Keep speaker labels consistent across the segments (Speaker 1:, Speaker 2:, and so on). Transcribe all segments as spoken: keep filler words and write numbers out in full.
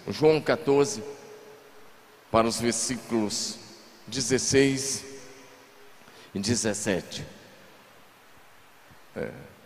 Speaker 1: João quatorze, para os versículos dezesseis e dezessete. É.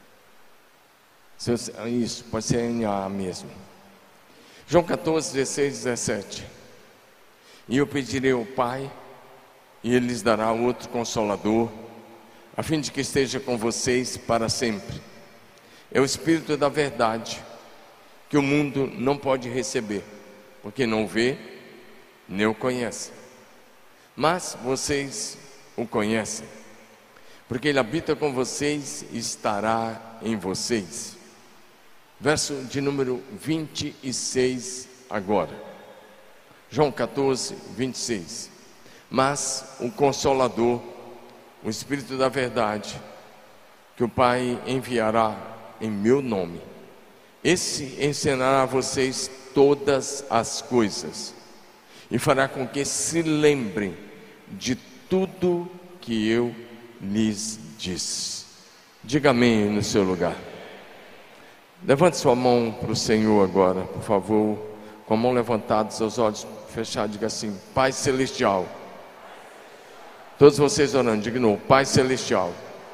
Speaker 1: Isso, pode ser N A mesmo. João quatorze, dezesseis e dezessete. E eu pedirei ao Pai, e Ele lhes dará outro Consolador, a fim de que esteja com vocês para sempre. É o Espírito da verdade, que o mundo não pode receber, porque não o vê, nem o conhece. Mas vocês o conhecem, porque Ele habita com vocês e estará em vocês. Verso de número vinte e seis agora. João quatorze, vinte e seis. Mas o Consolador, o Espírito da verdade, que o Pai enviará em meu nome, esse ensinará a vocês todas as coisas e fará com que se lembrem de tudo que eu lhes disse. Diga amém no seu lugar. Levante sua mão para o Senhor agora, por favor, com a mão levantada, seus olhos fechados. Diga assim: Pai Celestial. Todos vocês orando, diga de novo: Pai Celestial,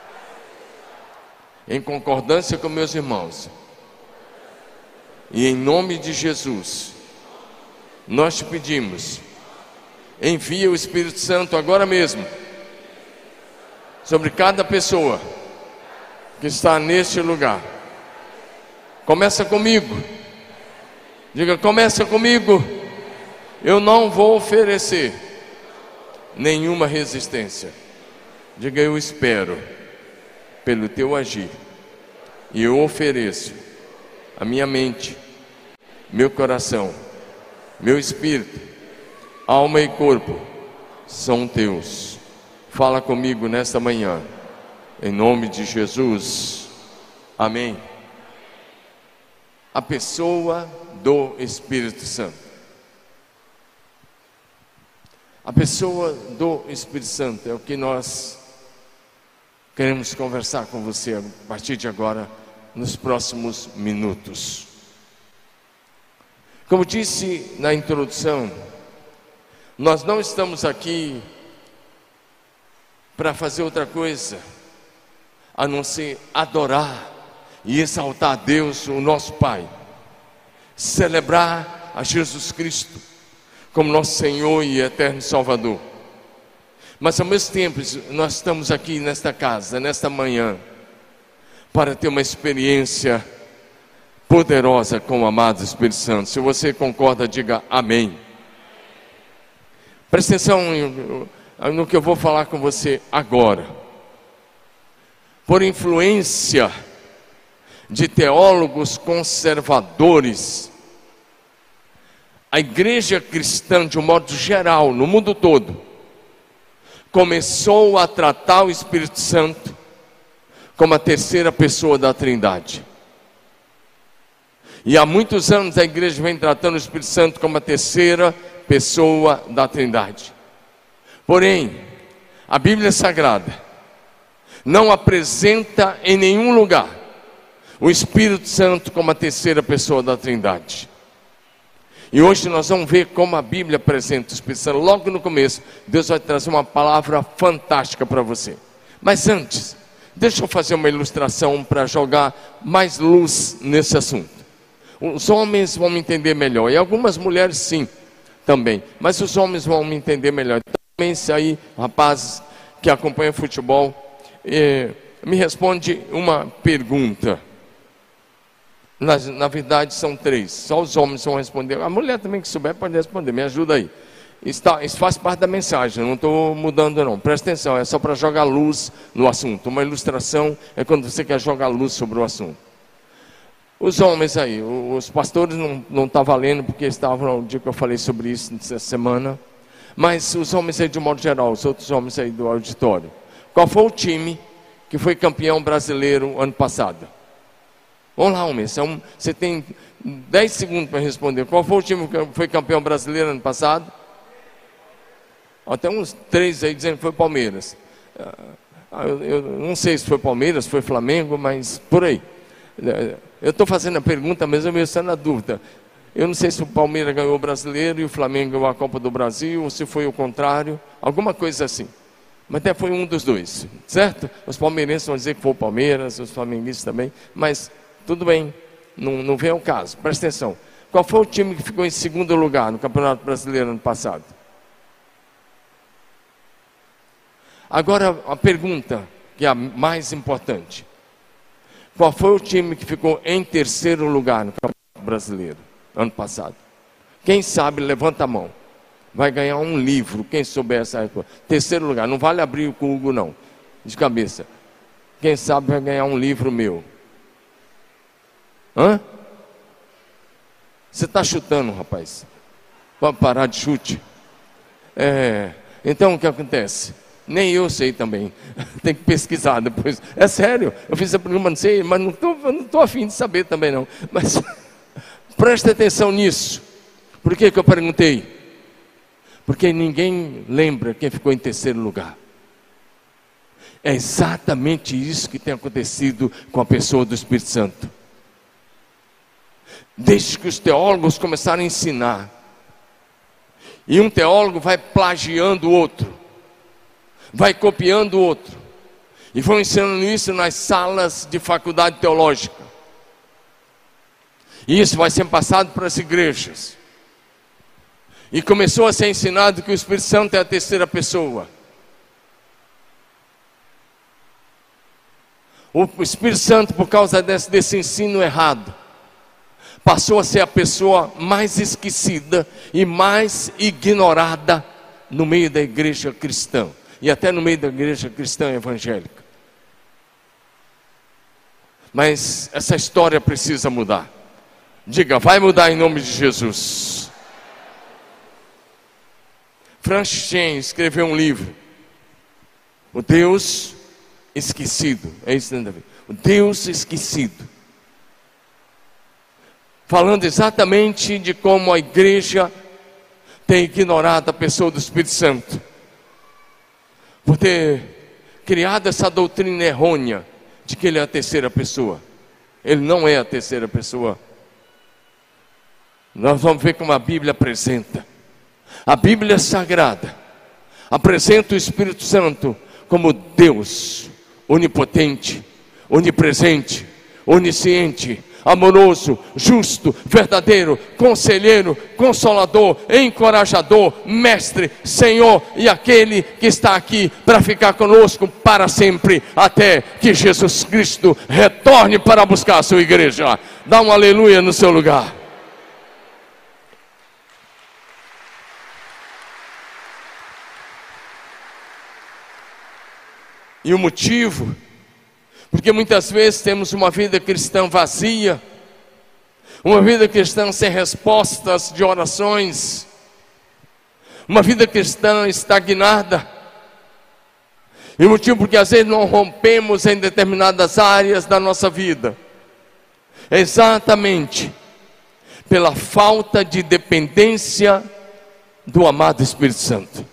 Speaker 1: em concordância com meus irmãos, e em nome de Jesus, nós te pedimos, envia o Espírito Santo agora mesmo sobre cada pessoa que está neste lugar. Começa comigo. Diga: começa comigo. Eu não vou oferecer nenhuma resistência. Diga: eu espero pelo teu agir, e eu ofereço a minha mente, meu coração, meu espírito, alma e corpo são teus. Fala comigo nesta manhã, em nome de Jesus. Amém. A pessoa do Espírito Santo. A pessoa do Espírito Santo é o que nós queremos conversar com você a partir de agora, nos próximos minutos. Como disse na introdução, nós não estamos aqui para fazer outra coisa a não ser adorar e exaltar a Deus, o nosso Pai, celebrar a Jesus Cristo como nosso Senhor e eterno Salvador. Mas ao mesmo tempo, nós estamos aqui nesta casa, nesta manhã, para ter uma experiência poderosa com o amado Espírito Santo. Se você concorda, diga amém. Presta atenção no que eu vou falar com você agora. Por influência de teólogos conservadores, a igreja cristã, de um modo geral, no mundo todo, começou a tratar o Espírito Santo como a terceira pessoa da Trindade. E há muitos anos a igreja vem tratando o Espírito Santo como a terceira pessoa da Trindade. Porém, a Bíblia Sagrada não apresenta em nenhum lugar o Espírito Santo como a terceira pessoa da Trindade. E hoje nós vamos ver como a Bíblia apresenta o Espírito Santo. Logo no começo, Deus vai trazer uma palavra fantástica para você. Mas antes, deixa eu fazer uma ilustração para jogar mais luz nesse assunto. Os homens vão me entender melhor, e algumas mulheres sim, também. Mas os homens vão me entender melhor. Então, homens aí, rapazes que acompanham futebol, eh, me responde uma pergunta. Na, na verdade são três, só os homens vão responder. A mulher também que souber pode responder, me ajuda aí. Está, isso faz parte da mensagem, não estou mudando não. Presta atenção, é só para jogar luz no assunto. Uma ilustração é quando você quer jogar luz sobre o assunto. Os homens aí, os pastores não não tá valendo, porque estavam no dia que eu falei sobre isso nessa semana. Mas os homens aí de modo geral, os outros homens aí do auditório. Qual foi o time que foi campeão brasileiro ano passado? Vamos lá, homens, você tem dez segundos para responder. Qual foi o time que foi campeão brasileiro ano passado? Até uns três aí dizendo que foi Palmeiras. Eu, eu não sei se foi Palmeiras, foi Flamengo, mas por aí. Eu estou fazendo a pergunta, mas eu me estou na dúvida. Eu não sei se o Palmeiras ganhou o Brasileiro e o Flamengo ganhou a Copa do Brasil, ou se foi o contrário, alguma coisa assim. Mas até foi um dos dois, certo? Os palmeirenses vão dizer que foi o Palmeiras, os flamenguistas também, mas tudo bem, não, não vem ao caso. Presta atenção. Qual foi o time que ficou em segundo lugar no Campeonato Brasileiro ano passado? Agora a pergunta, que é a mais importante. Qual foi o time que ficou em terceiro lugar no Campeonato Brasileiro ano passado? Quem sabe, levanta a mão. Vai ganhar um livro, quem souber essa resposta. Terceiro lugar, não vale abrir o Google não, de cabeça. Quem sabe vai ganhar um livro meu. Hã? Você está chutando, rapaz. Pode parar de chute. É, então o que acontece? Nem eu sei também. Tem que pesquisar depois. É sério, eu fiz a pergunta, não sei, mas não estou não tô afim de saber também não. Mas presta atenção nisso. Por que que eu perguntei? Porque ninguém lembra quem ficou em terceiro lugar. É exatamente isso que tem acontecido com a pessoa do Espírito Santo. Desde que os teólogos começaram a ensinar, e um teólogo vai plagiando o outro, vai copiando o outro, e vão ensinando isso nas salas de faculdade teológica. E isso vai sendo passado para as igrejas. E começou a ser ensinado que o Espírito Santo é a terceira pessoa. O Espírito Santo, por causa desse, desse ensino errado, passou a ser a pessoa mais esquecida e mais ignorada no meio da igreja cristã. E até no meio da igreja cristã evangélica. Mas essa história precisa mudar. Diga, vai mudar em nome de Jesus. Francis Chan escreveu um livro, O Deus Esquecido. É isso, né, Davi? O Deus Esquecido. Falando exatamente de como a igreja tem ignorado a pessoa do Espírito Santo, por ter criado essa doutrina errônea de que ele é a terceira pessoa. Ele não é a terceira pessoa. Nós vamos ver como a Bíblia apresenta. A Bíblia Sagrada apresenta o Espírito Santo como Deus onipotente, onipresente, onisciente, amoroso, justo, verdadeiro, conselheiro, consolador, encorajador, mestre, Senhor, e aquele que está aqui para ficar conosco para sempre, até que Jesus Cristo retorne para buscar a sua igreja. Dá um aleluia no seu lugar. E o motivo, porque muitas vezes temos uma vida cristã vazia, uma vida cristã sem respostas de orações, uma vida cristã estagnada. E o motivo porque às vezes não rompemos em determinadas áreas da nossa vida, é exatamente pela falta de dependência do amado Espírito Santo.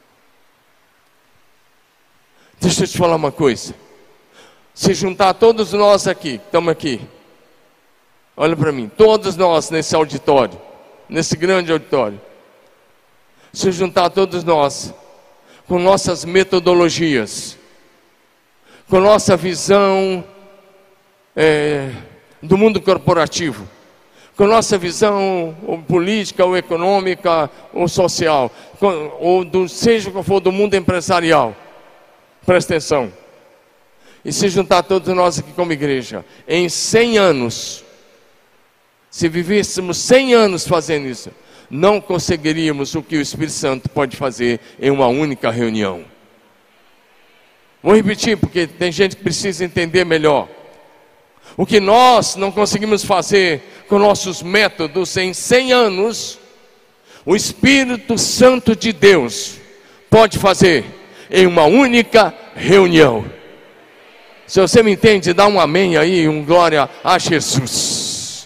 Speaker 1: Deixa eu te falar uma coisa. Se juntar todos nós aqui, estamos aqui, olha para mim, todos nós nesse auditório, nesse grande auditório, se juntar todos nós, com nossas metodologias, com nossa visão é, do mundo corporativo, com nossa visão ou política, ou econômica, ou social, com, ou do, seja qual for do mundo empresarial, presta atenção, e se juntar todos nós aqui como igreja, em cem anos, se vivêssemos cem anos fazendo isso, não conseguiríamos o que o Espírito Santo pode fazer em uma única reunião. Vou repetir, porque tem gente que precisa entender melhor. O que nós não conseguimos fazer com nossos métodos em cem anos, o Espírito Santo de Deus pode fazer em uma única reunião. Se você me entende, dá um amém aí, um glória a Jesus.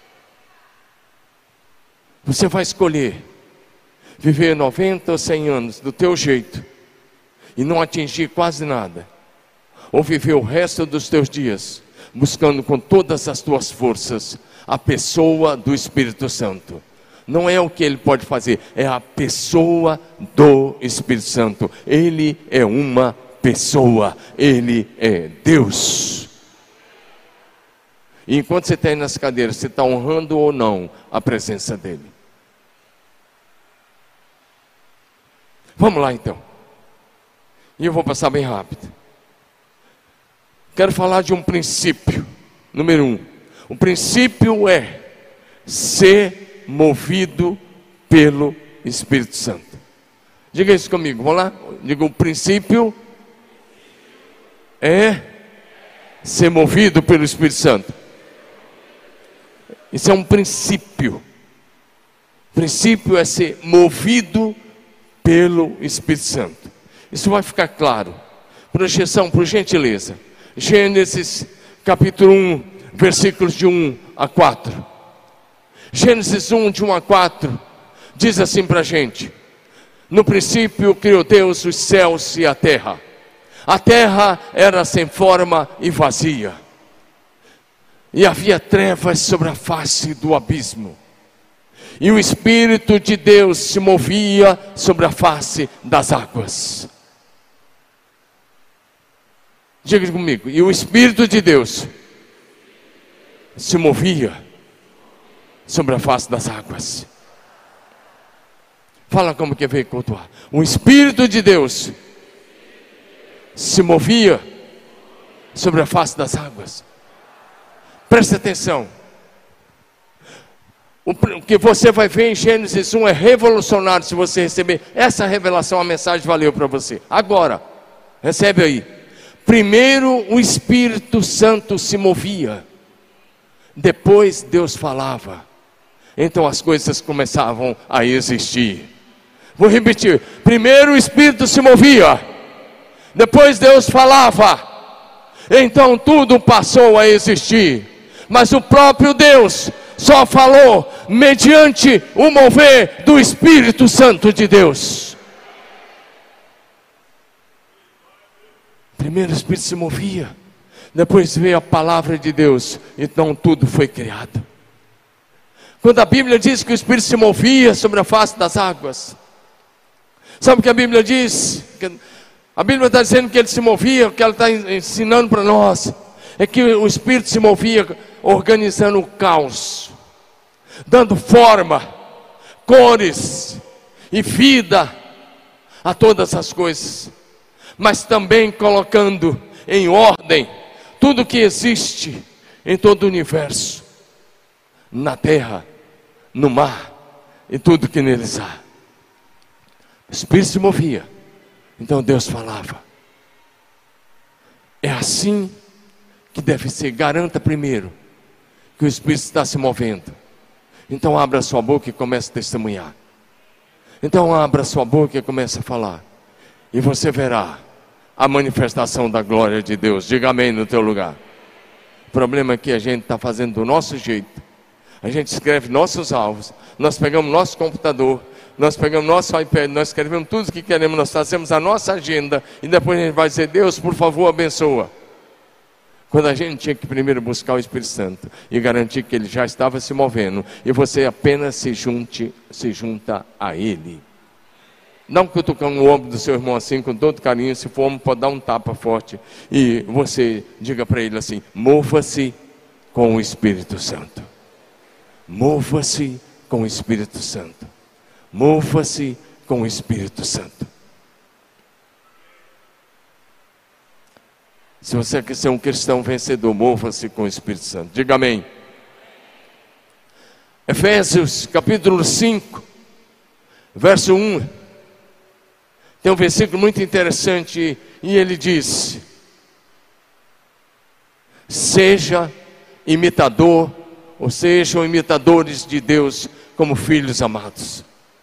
Speaker 1: Você vai escolher viver noventa ou cem anos do teu jeito e não atingir quase nada, ou viver o resto dos teus dias buscando com todas as tuas forças a pessoa do Espírito Santo. Não é o que ele pode fazer, é a pessoa do Espírito Santo. Ele é uma pessoa, ele é Deus. E enquanto você está aí nas cadeiras, você está honrando ou não a presença dele? Vamos lá então. E eu vou passar bem rápido. Quero falar de um princípio. Número um. O princípio é ser movido pelo Espírito Santo. Diga isso comigo, vamos lá? Diga, o princípio é ser movido pelo Espírito Santo. Isso é um princípio. O princípio é ser movido pelo Espírito Santo. Isso vai ficar claro. Projeção, por gentileza. Gênesis capítulo um, versículos de um a quatro. Gênesis um, de um a quatro, diz assim para a gente: no princípio criou Deus os céus e a terra. A terra era sem forma e vazia, e havia trevas sobre a face do abismo, e o Espírito de Deus se movia sobre a face das águas. Diga comigo, e o Espírito de Deus se movia sobre a face das águas. Fala como que veio cultuar. O Espírito de Deus se movia sobre a face das águas. Preste atenção. O que você vai ver em Gênesis um é revolucionário se você receber essa revelação, a mensagem valeu para você. Agora, recebe aí. Primeiro o Espírito Santo se movia, depois Deus falava, então as coisas começavam a existir. Vou repetir, primeiro o Espírito se movia, depois Deus falava, então tudo passou a existir. Mas o próprio Deus só falou mediante o mover do Espírito Santo de Deus. Primeiro o Espírito se movia, depois veio a palavra de Deus, então tudo foi criado. Quando a Bíblia diz que o Espírito se movia sobre a face das águas, sabe o que a Bíblia diz? A Bíblia está dizendo que ele se movia, o que ela está ensinando para nós é que o Espírito se movia organizando o caos, dando forma, cores e vida a todas as coisas, mas também colocando em ordem tudo que existe em todo o universo, na terra, no mar e tudo que neles há. O Espírito se movia, então Deus falava. É assim que deve ser. Garanta primeiro que o Espírito está se movendo, então abra sua boca e comece a testemunhar. Então abra sua boca e comece a falar, e você verá a manifestação da glória de Deus. Diga amém no teu lugar. O problema é que a gente está fazendo do nosso jeito. A gente escreve nossos alvos, nós pegamos nosso computador, nós pegamos nosso iPad, nós escrevemos tudo o que queremos, nós fazemos a nossa agenda, e depois a gente vai dizer, Deus, por favor, abençoa. Quando a gente tinha que primeiro buscar o Espírito Santo e garantir que ele já estava se movendo, e você apenas se junte, se junta a ele. Dá um cutucão no ombro do seu irmão assim, com todo carinho. Se for homem, pode dar um tapa forte, e você diga para ele assim: mova-se com o Espírito Santo. Mova-se com o Espírito Santo. Mova-se com o Espírito Santo. Se você quer ser um cristão vencedor, mova-se com o Espírito Santo. Diga amém. Efésios capítulo cinco, verso um. Tem um versículo muito interessante, e ele diz: seja imitador, ou sejam imitadores de Deus como filhos amados.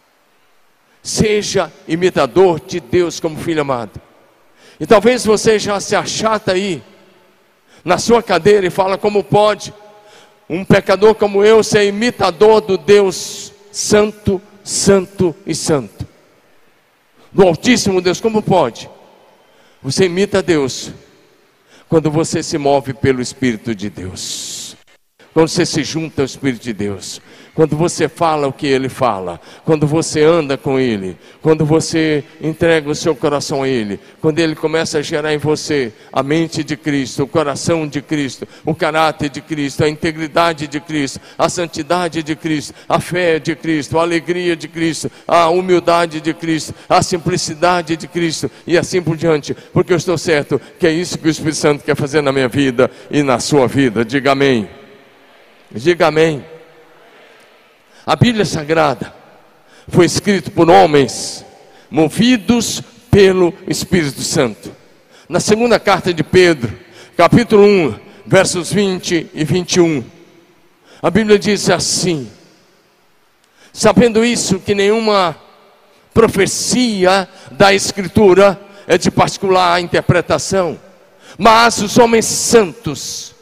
Speaker 1: Seja imitador de Deus como filho amado. E talvez você já se achata aí na sua cadeira e fala: como pode um pecador como eu ser imitador do Deus santo, santo e santo, do Altíssimo Deus? Como pode? Você imita Deus quando você se move pelo Espírito de Deus. Quando você se junta ao Espírito de Deus, quando você fala o que Ele fala, quando você anda com Ele, quando você entrega o seu coração a Ele, quando Ele começa a gerar em você a mente de Cristo, o coração de Cristo, o caráter de Cristo, a integridade de Cristo, a santidade de Cristo, a fé de Cristo, a alegria de Cristo, a humildade de Cristo, a simplicidade de Cristo e assim por diante, porque eu estou certo que é isso que o Espírito Santo quer fazer na minha vida e na sua vida. Diga amém. Diga amém. A Bíblia Sagrada foi escrita por homens movidos pelo Espírito Santo. Na segunda carta de Pedro, capítulo um, versos vinte e vinte e um, a Bíblia diz assim: sabendo isso, que nenhuma profecia da Escritura é de particular interpretação, mas os homens santos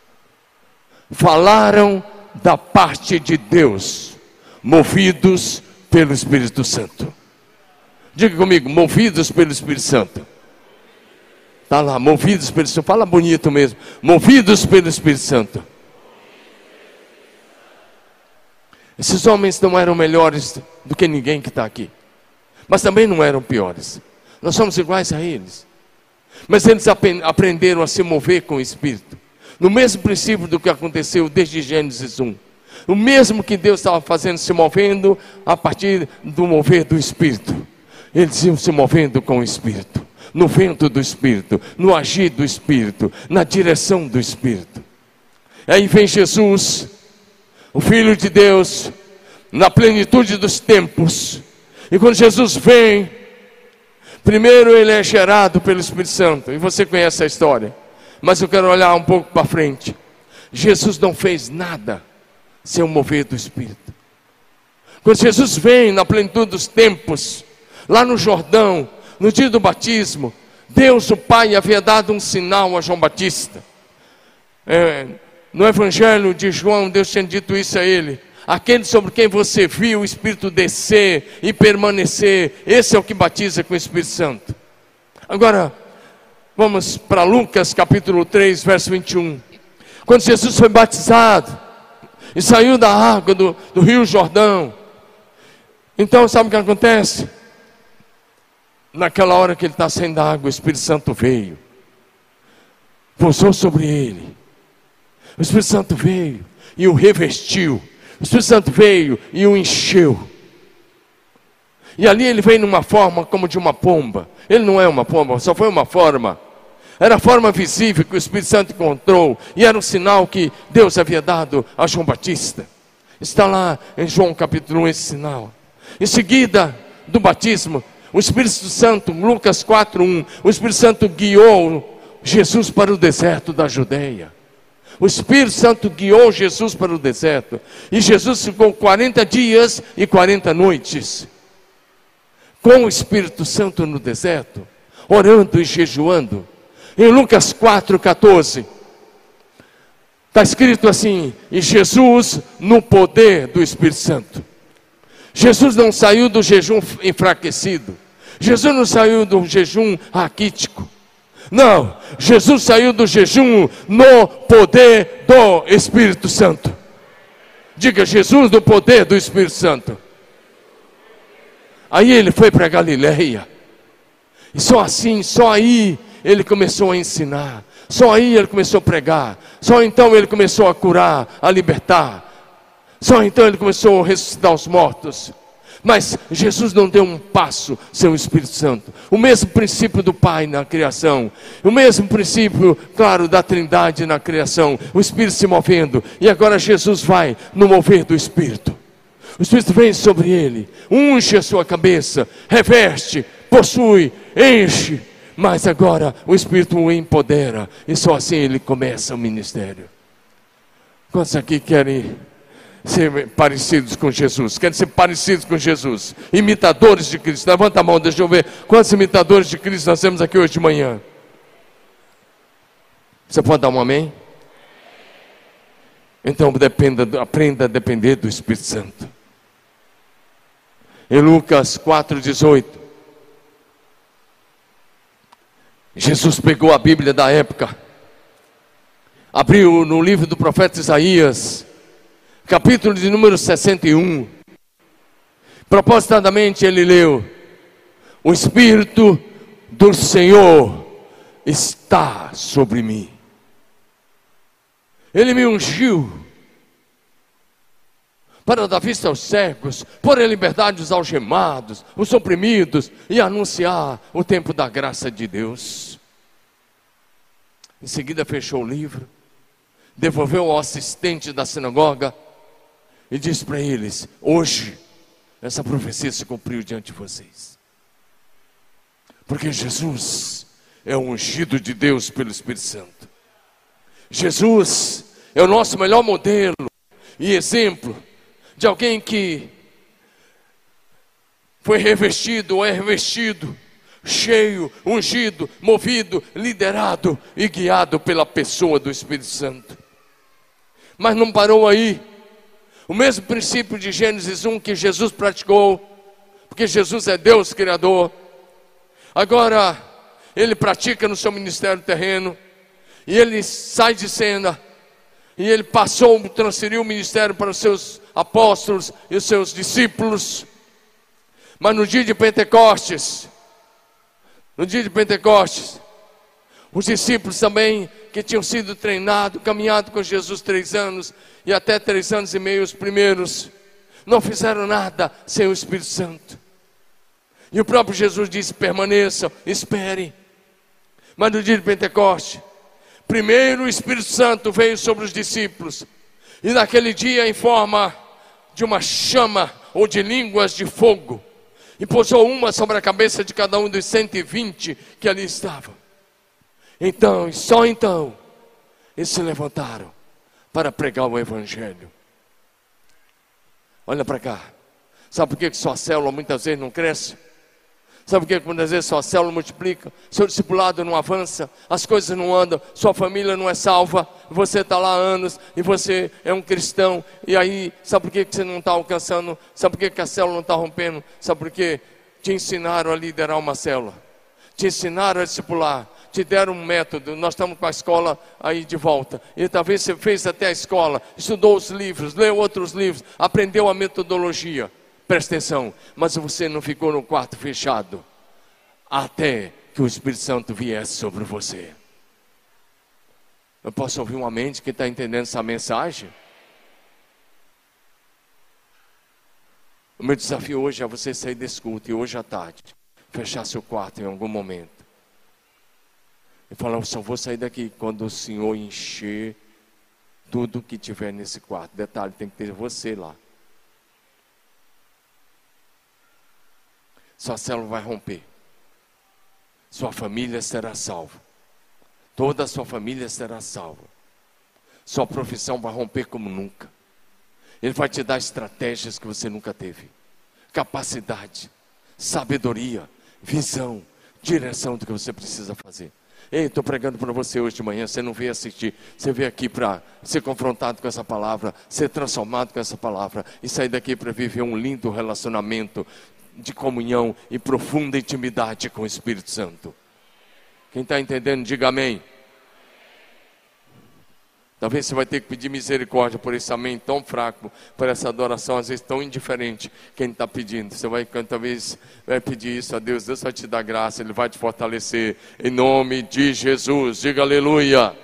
Speaker 1: falaram da parte de Deus, movidos pelo Espírito Santo. Diga comigo, movidos pelo Espírito Santo. Está lá, movidos pelo Espírito Santo. Fala bonito mesmo, movidos pelo Espírito Santo. Esses homens não eram melhores do que ninguém que está aqui, mas também não eram piores. Nós somos iguais a eles, mas eles aprenderam a se mover com o Espírito, no mesmo princípio do que aconteceu desde Gênesis um. O mesmo que Deus estava fazendo, se movendo a partir do mover do Espírito. Eles iam se movendo com o Espírito, no vento do Espírito, no agir do Espírito, na direção do Espírito. Aí vem Jesus, o Filho de Deus, na plenitude dos tempos. E quando Jesus vem, primeiro ele é gerado pelo Espírito Santo, e você conhece a história, mas eu quero olhar um pouco para frente. Jesus não fez nada sem o mover do Espírito. Quando Jesus vem na plenitude dos tempos, lá no Jordão, no dia do batismo, Deus o Pai havia dado um sinal a João Batista. É, no Evangelho de João, Deus tinha dito isso a ele: aquele sobre quem você viu o Espírito descer e permanecer, esse é o que batiza com o Espírito Santo. Agora, vamos para Lucas capítulo três, verso vinte e um. Quando Jesus foi batizado e saiu da água do, do rio Jordão, então sabe o que acontece? Naquela hora que ele está saindo da água, o Espírito Santo veio, pousou sobre ele. O Espírito Santo veio e o revestiu. O Espírito Santo veio e o encheu. E ali ele veio numa forma como de uma pomba. Ele não é uma pomba, só foi uma forma. Era a forma visível que o Espírito Santo encontrou, e era um sinal que Deus havia dado a João Batista. Está lá em João capítulo um esse sinal. Em seguida do batismo, o Espírito Santo, Lucas quatro, um, o Espírito Santo guiou Jesus para o deserto da Judeia. O Espírito Santo guiou Jesus para o deserto, e Jesus ficou quarenta dias e quarenta noites com o Espírito Santo no deserto, orando e jejuando. Em Lucas quatro, catorze, está escrito assim: e Jesus no poder do Espírito Santo. Jesus não saiu do jejum enfraquecido, Jesus não saiu do jejum raquítico, não, Jesus saiu do jejum no poder do Espírito Santo. Diga, Jesus no poder do Espírito Santo. Aí ele foi para Galileia, e só assim, só aí ele começou a ensinar, só aí ele começou a pregar, só então ele começou a curar, a libertar, só então ele começou a ressuscitar os mortos. Mas Jesus não deu um passo sem o Espírito Santo. O mesmo princípio do Pai na criação, o mesmo princípio, claro, da Trindade na criação, o Espírito se movendo, e agora Jesus vai no mover do Espírito. O Espírito vem sobre ele, unge a sua cabeça, reveste, possui, enche. Mas agora o Espírito o empodera, e só assim ele começa o ministério. Quantos aqui querem ser parecidos com Jesus? Querem ser parecidos com Jesus? Imitadores de Cristo? Levanta a mão, deixa eu ver quantos imitadores de Cristo nós temos aqui hoje de manhã. Você pode dar um amém? Então dependa, aprenda a depender do Espírito Santo. Em Lucas quatro, dezoito, Jesus pegou a Bíblia da época, abriu no livro do profeta Isaías, capítulo de número sessenta e um. Propositadamente ele leu: o Espírito do Senhor está sobre mim. Ele me ungiu para dar vista aos cegos, pôr em liberdade os algemados, os oprimidos, e anunciar o tempo da graça de Deus. Em seguida fechou o livro, devolveu ao assistente da sinagoga e disse para eles: hoje essa profecia se cumpriu diante de vocês, porque Jesus é o ungido de Deus pelo Espírito Santo. Jesus é o nosso melhor modelo e exemplo de alguém que foi revestido ou é revestido, cheio, ungido, movido, liderado e guiado pela pessoa do Espírito Santo. Mas não parou aí. O mesmo princípio de Gênesis um que Jesus praticou, porque Jesus é Deus Criador, agora ele pratica no seu ministério terreno, e ele sai de cena, e ele passou, transferiu o ministério para os seus apóstolos e os seus discípulos. Mas no dia de Pentecostes, no dia de Pentecostes, os discípulos também, que tinham sido treinados, caminhado com Jesus três anos, e até três anos e meio os primeiros, não fizeram nada sem o Espírito Santo. E o próprio Jesus disse: permaneçam, esperem. Mas no dia de Pentecostes, primeiro o Espírito Santo veio sobre os discípulos, e naquele dia, em forma de uma chama ou de línguas de fogo, e pousou uma sobre a cabeça de cada um dos cento e vinte que ali estavam. Então, e só então, eles se levantaram para pregar o Evangelho. Olha para cá. Sabe por que que sua célula muitas vezes não cresce? Sabe por que muitas vezes sua célula multiplica? Seu discipulado não avança, as coisas não andam, sua família não é salva, você está lá há anos e você é um cristão, e aí, sabe por que que você não está alcançando? Sabe por que que a célula não está rompendo? Sabe por quê? Te ensinaram a liderar uma célula, te ensinaram a discipular, te deram um método. Nós estamos com a escola aí de volta, e talvez você fez até a escola, estudou os livros, leu outros livros, aprendeu a metodologia. Presta atenção, mas você não ficou no quarto fechado até que o Espírito Santo viesse sobre você. Eu posso ouvir uma mente que está entendendo essa mensagem? O meu desafio hoje é você sair desse culto, e hoje à tarde fechar seu quarto em algum momento e falar: eu só vou sair daqui quando o Senhor encher tudo que tiver nesse quarto. Detalhe, tem que ter você lá. Sua célula vai romper, sua família será salva, toda a sua família será salva, sua profissão vai romper como nunca. Ele vai te dar estratégias que você nunca teve, capacidade, sabedoria, visão, direção do que você precisa fazer. Ei, estou pregando para você hoje de manhã. Você não veio assistir, você veio aqui para ser confrontado com essa palavra, ser transformado com essa palavra, e sair daqui para viver um lindo relacionamento de comunhão e profunda intimidade com o Espírito Santo. Quem está entendendo, diga amém. Talvez você vai ter que pedir misericórdia por esse amém tão fraco, por essa adoração às vezes tão indiferente. Quem está pedindo, você vai talvez vai pedir isso a Deus. Deus vai te dar graça, Ele vai te fortalecer, em nome de Jesus. Diga aleluia.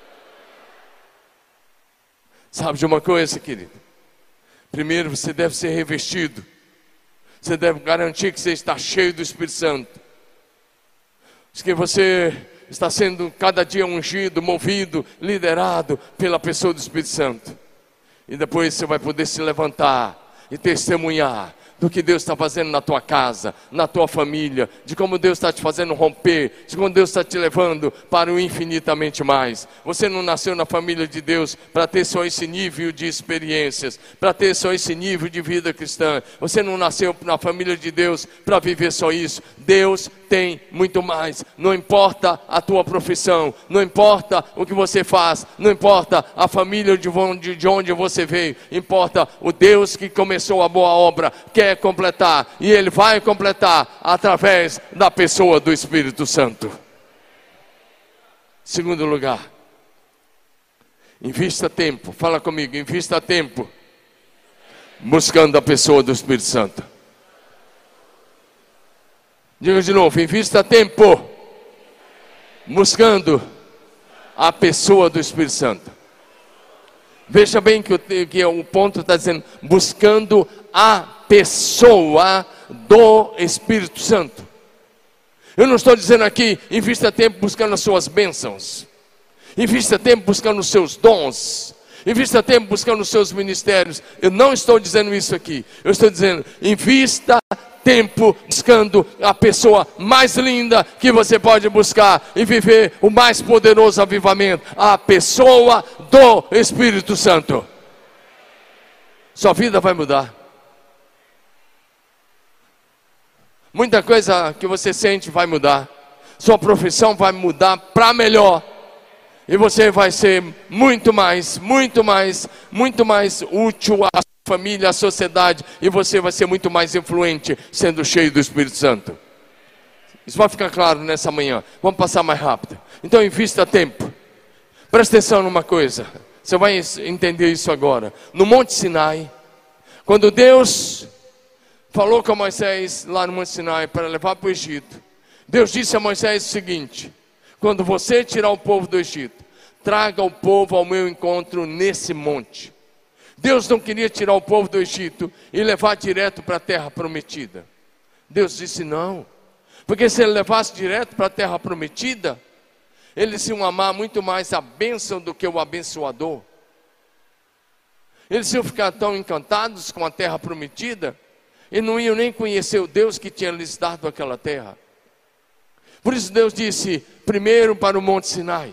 Speaker 1: Sabe de uma coisa, querido? Primeiro, você deve ser revestido. Você deve garantir que você está cheio do Espírito Santo, que você está sendo cada dia ungido, movido, liderado pela pessoa do Espírito Santo. E depois você vai poder se levantar e testemunhar do que Deus está fazendo na tua casa, na tua família, de como Deus está te fazendo romper, de como Deus está te levando para o infinitamente mais. Você não nasceu na família de Deus para ter só esse nível de experiências, para ter só esse nível de vida cristã. Você não nasceu na família de Deus para viver só isso. Deus tem muito mais. Não importa a tua profissão, não importa o que você faz, não importa a família de onde, de onde você veio, importa o Deus que começou a boa obra, quer completar, e Ele vai completar através da pessoa do Espírito Santo. Segundo lugar, Invista tempo, fala comigo, invista tempo buscando a pessoa do Espírito Santo. Diga de novo, invista tempo buscando a pessoa do Espírito Santo. Veja bem que o, que o ponto está dizendo, buscando a pessoa do Espírito Santo. Eu não estou dizendo aqui, invista tempo buscando as suas bênçãos. Invista tempo buscando os seus dons. Invista tempo buscando os seus ministérios. Eu não estou dizendo isso aqui. Eu estou dizendo, invista tempo buscando a pessoa mais linda que você pode buscar e viver o mais poderoso avivamento, a pessoa do Espírito Santo. Sua vida vai mudar. Muita coisa que você sente vai mudar. Sua profissão vai mudar para melhor. E você vai ser muito mais, muito mais, muito mais útil à família, à sociedade. E você vai ser muito mais influente, sendo cheio do Espírito Santo. Isso vai ficar claro nessa manhã. Vamos passar mais rápido. Então invista tempo. Presta atenção numa coisa. Você vai entender isso agora. No Monte Sinai, quando Deus falou com Moisés lá no Monte Sinai para levar para o Egito, Deus disse a Moisés o seguinte: quando você tirar o povo do Egito, traga o povo ao meu encontro nesse monte. Deus não queria tirar o povo do Egito e levar direto para a terra prometida. Deus disse não, porque se ele levasse direto para a terra prometida, eles iam amar muito mais a bênção do que o abençoador. Eles iam ficar tão encantados com a terra prometida e não iam nem conhecer o Deus que tinha lhes dado aquela terra. Por isso Deus disse, primeiro para o Monte Sinai.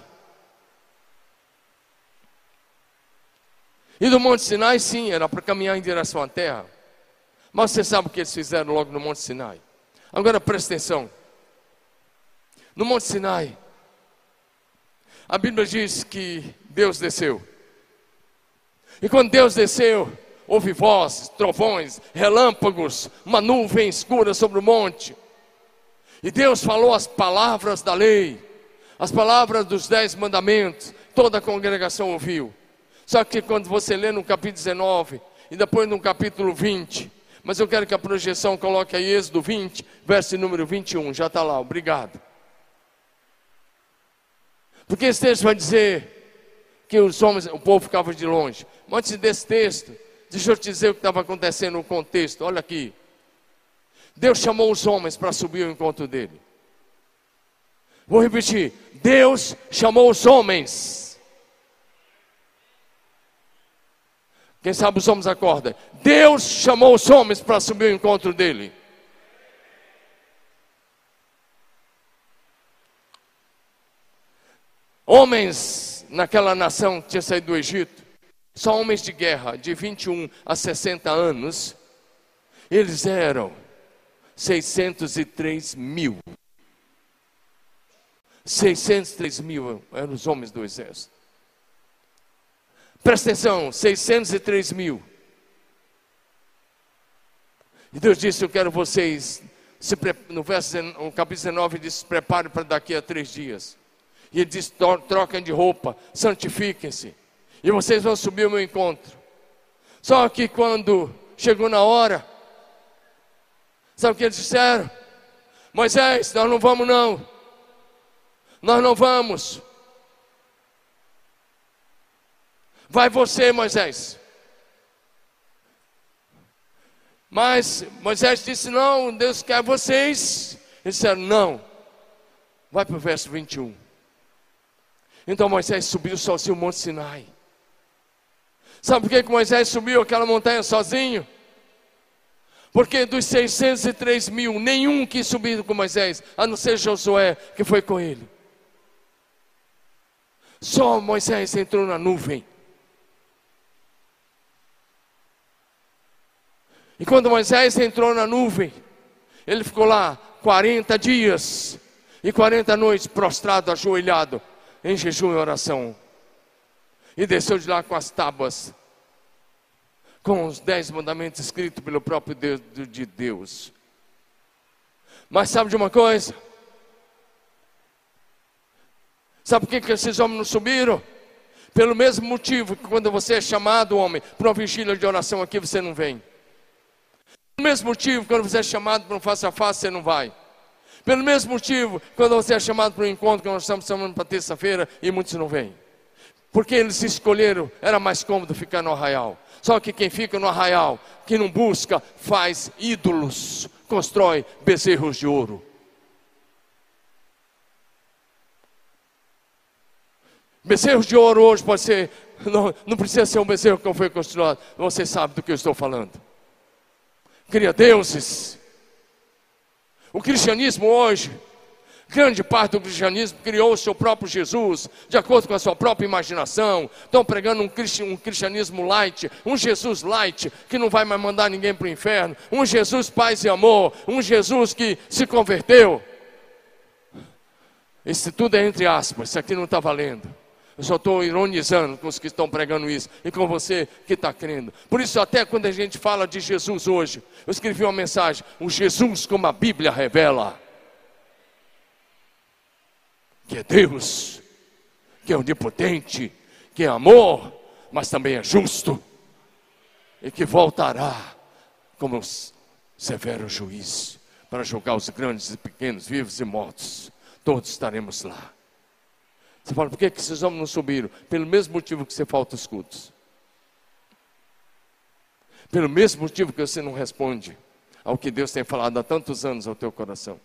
Speaker 1: E do Monte Sinai, sim, era para caminhar em direção à terra. Mas você sabe o que eles fizeram logo no Monte Sinai. Agora presta atenção. No Monte Sinai, a Bíblia diz que Deus desceu. E quando Deus desceu, houve vozes, trovões, relâmpagos, uma nuvem escura sobre o monte. E Deus falou as palavras da lei, as palavras dos dez mandamentos. Toda a congregação ouviu. Só que quando você lê no capítulo dezenove e depois no capítulo vinte, mas eu quero que a projeção coloque aí Êxodo vinte, verso número vinte e um, já está lá, obrigado. Porque esse texto vai dizer que os homens, o povo ficava de longe. Mas antes desse texto, deixa eu te dizer o que estava acontecendo no contexto, olha aqui. Deus chamou os homens para subir ao encontro dele. Vou repetir, Deus chamou os homens. Quem sabe os homens acordam. Deus chamou os homens para subir ao encontro dele. Homens naquela nação que tinha saído do Egito, só homens de guerra, de vinte e um a sessenta anos, eles eram seiscentos e três mil. seiscentos e três mil eram os homens do exército. Presta atenção, seiscentos e três mil. E Deus disse, eu quero vocês, se pre... no, verso, no capítulo dezenove, diz, se preparem para daqui a três dias. E ele diz, troquem de roupa, santifiquem-se, e vocês vão subir ao meu encontro. Só que quando chegou na hora, sabe o que eles disseram? Moisés, nós não vamos não. Nós não vamos. Vai você, Moisés. Mas Moisés disse, não, Deus quer vocês. Eles disseram, não. Vai para o verso vinte e um. Então Moisés subiu sozinho o Monte Sinai. Sabe por que que Moisés subiu aquela montanha sozinho? Porque dos seiscentos e três mil, nenhum quis subir com Moisés, a não ser Josué, que foi com ele. Só Moisés entrou na nuvem. E quando Moisés entrou na nuvem, ele ficou lá quarenta dias e quarenta noites prostrado, ajoelhado, em jejum e oração. E desceu de lá com as tábuas, com os dez mandamentos escritos pelo próprio Deus de Deus. Mas sabe de uma coisa? Sabe por que que esses homens não subiram? Pelo mesmo motivo que quando você é chamado, homem, para uma vigília de oração aqui, você não vem. Pelo mesmo motivo, quando você é chamado para um face a face, você não vai. Pelo mesmo motivo, quando você é chamado para um encontro, que nós estamos chamando para terça-feira, e muitos não vêm. Porque eles escolheram, era mais cômodo ficar no arraial. Só que quem fica no arraial, que não busca, faz ídolos, constrói bezerros de ouro. Bezerros de ouro hoje pode ser, não, não precisa ser um bezerro que não foi construído. Você sabe do que eu estou falando. Cria deuses. O cristianismo hoje, grande parte do cristianismo criou o seu próprio Jesus, de acordo com a sua própria imaginação. Estão pregando um, cristi um cristianismo light, um Jesus light, que não vai mais mandar ninguém para o inferno. Um Jesus paz e amor, um Jesus que se converteu. Isso tudo é entre aspas, isso aqui não está valendo. Eu só estou ironizando com os que estão pregando isso e com você que está crendo. Por isso, até quando a gente fala de Jesus hoje, eu escrevi uma mensagem: o Jesus como a Bíblia revela, que é Deus, que é onipotente, que é amor, mas também é justo, e que voltará como severo juiz para julgar os grandes e pequenos, vivos e mortos. Todos estaremos lá. Você fala, por que que esses homens não subiram? Pelo mesmo motivo que você falta os cultos. Pelo mesmo motivo que você não responde ao que Deus tem falado há tantos anos ao teu coração.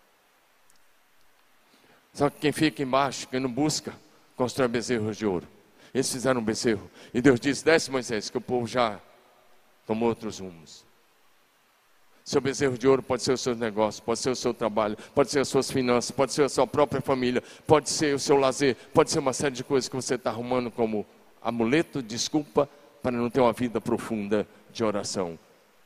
Speaker 1: Só que quem fica embaixo, quem não busca, constrói bezerros de ouro. Eles fizeram um bezerro. E Deus disse, desce Moisés, que o povo já tomou outros rumos. Seu bezerro de ouro pode ser o seu negócio, pode ser o seu trabalho, pode ser as suas finanças, pode ser a sua própria família, pode ser o seu lazer, pode ser uma série de coisas que você está arrumando como amuleto, desculpa, para não ter uma vida profunda de oração.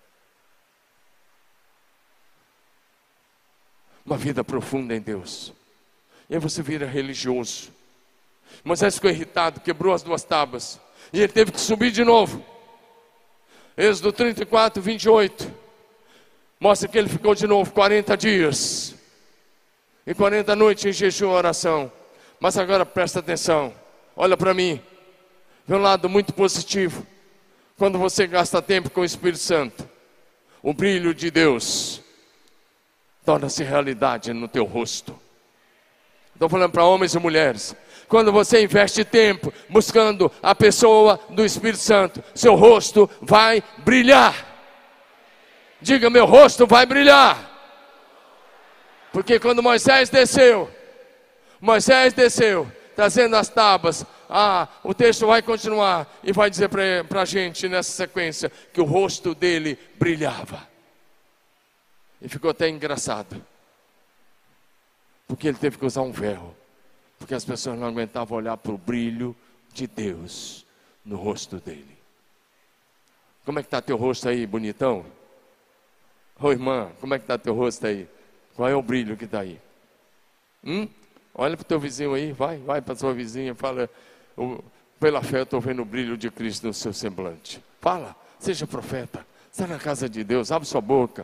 Speaker 1: Uma vida profunda em Deus. E aí você vira religioso. Moisés ficou irritado, quebrou as duas tábuas, e ele teve que subir de novo. Êxodo trinta e quatro, vinte e oito. Mostra que ele ficou de novo quarenta dias e quarenta noites em jejum e oração. Mas agora presta atenção, olha para mim, vê um lado muito positivo. Quando você gasta tempo com o Espírito Santo, o brilho de Deus torna-se realidade no teu rosto. Estou falando para homens e mulheres. Quando você investe tempo buscando a pessoa do Espírito Santo, seu rosto vai brilhar. Diga, meu rosto vai brilhar. Porque quando Moisés desceu, Moisés desceu, trazendo as tábuas, ah, o texto vai continuar e vai dizer para a gente nessa sequência, que o rosto dele brilhava. E ficou até engraçado, porque ele teve que usar um véu, porque as pessoas não aguentavam olhar para o brilho de Deus no rosto dele. Como é que está teu rosto aí, bonitão? Ô irmã, como é que está teu rosto aí? Qual é o brilho que está aí? Hum? Olha para o teu vizinho aí, vai, vai para a sua vizinha, fala, pela fé eu estou vendo o brilho de Cristo no seu semblante. Fala, seja profeta, está na casa de Deus, abre sua boca.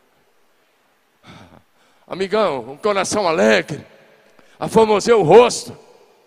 Speaker 1: Amigão, um coração alegre, aformoseia o rosto.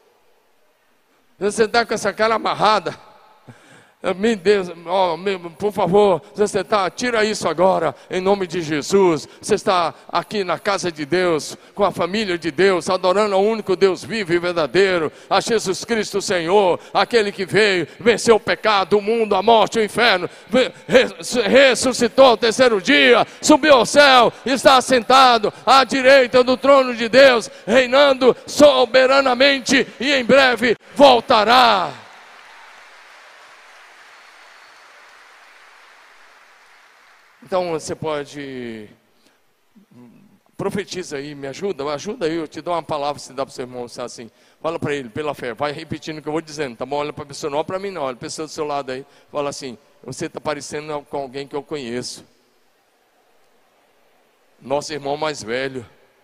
Speaker 1: Você está com essa cara amarrada. Meu Deus, oh, meu, por favor, você está, tira isso agora, em nome de Jesus. Você está aqui na casa de Deus, com a família de Deus, adorando ao único Deus vivo e verdadeiro, a Jesus Cristo Senhor, aquele que veio, venceu o pecado, o mundo, a morte, o inferno, ressuscitou ao terceiro dia, subiu ao céu, está assentado à direita do trono de Deus, reinando soberanamente e em breve voltará. Então você pode, profetiza aí, me ajuda, ajuda aí, eu te dou uma palavra, se dá para o seu irmão, assim, fala para ele, pela fé, vai repetindo o que eu vou dizendo, tá bom? Olha para a pessoa, não olha para mim não, olha para a pessoa do seu lado aí, fala assim, você está parecendo com alguém que eu conheço, nosso irmão mais velho,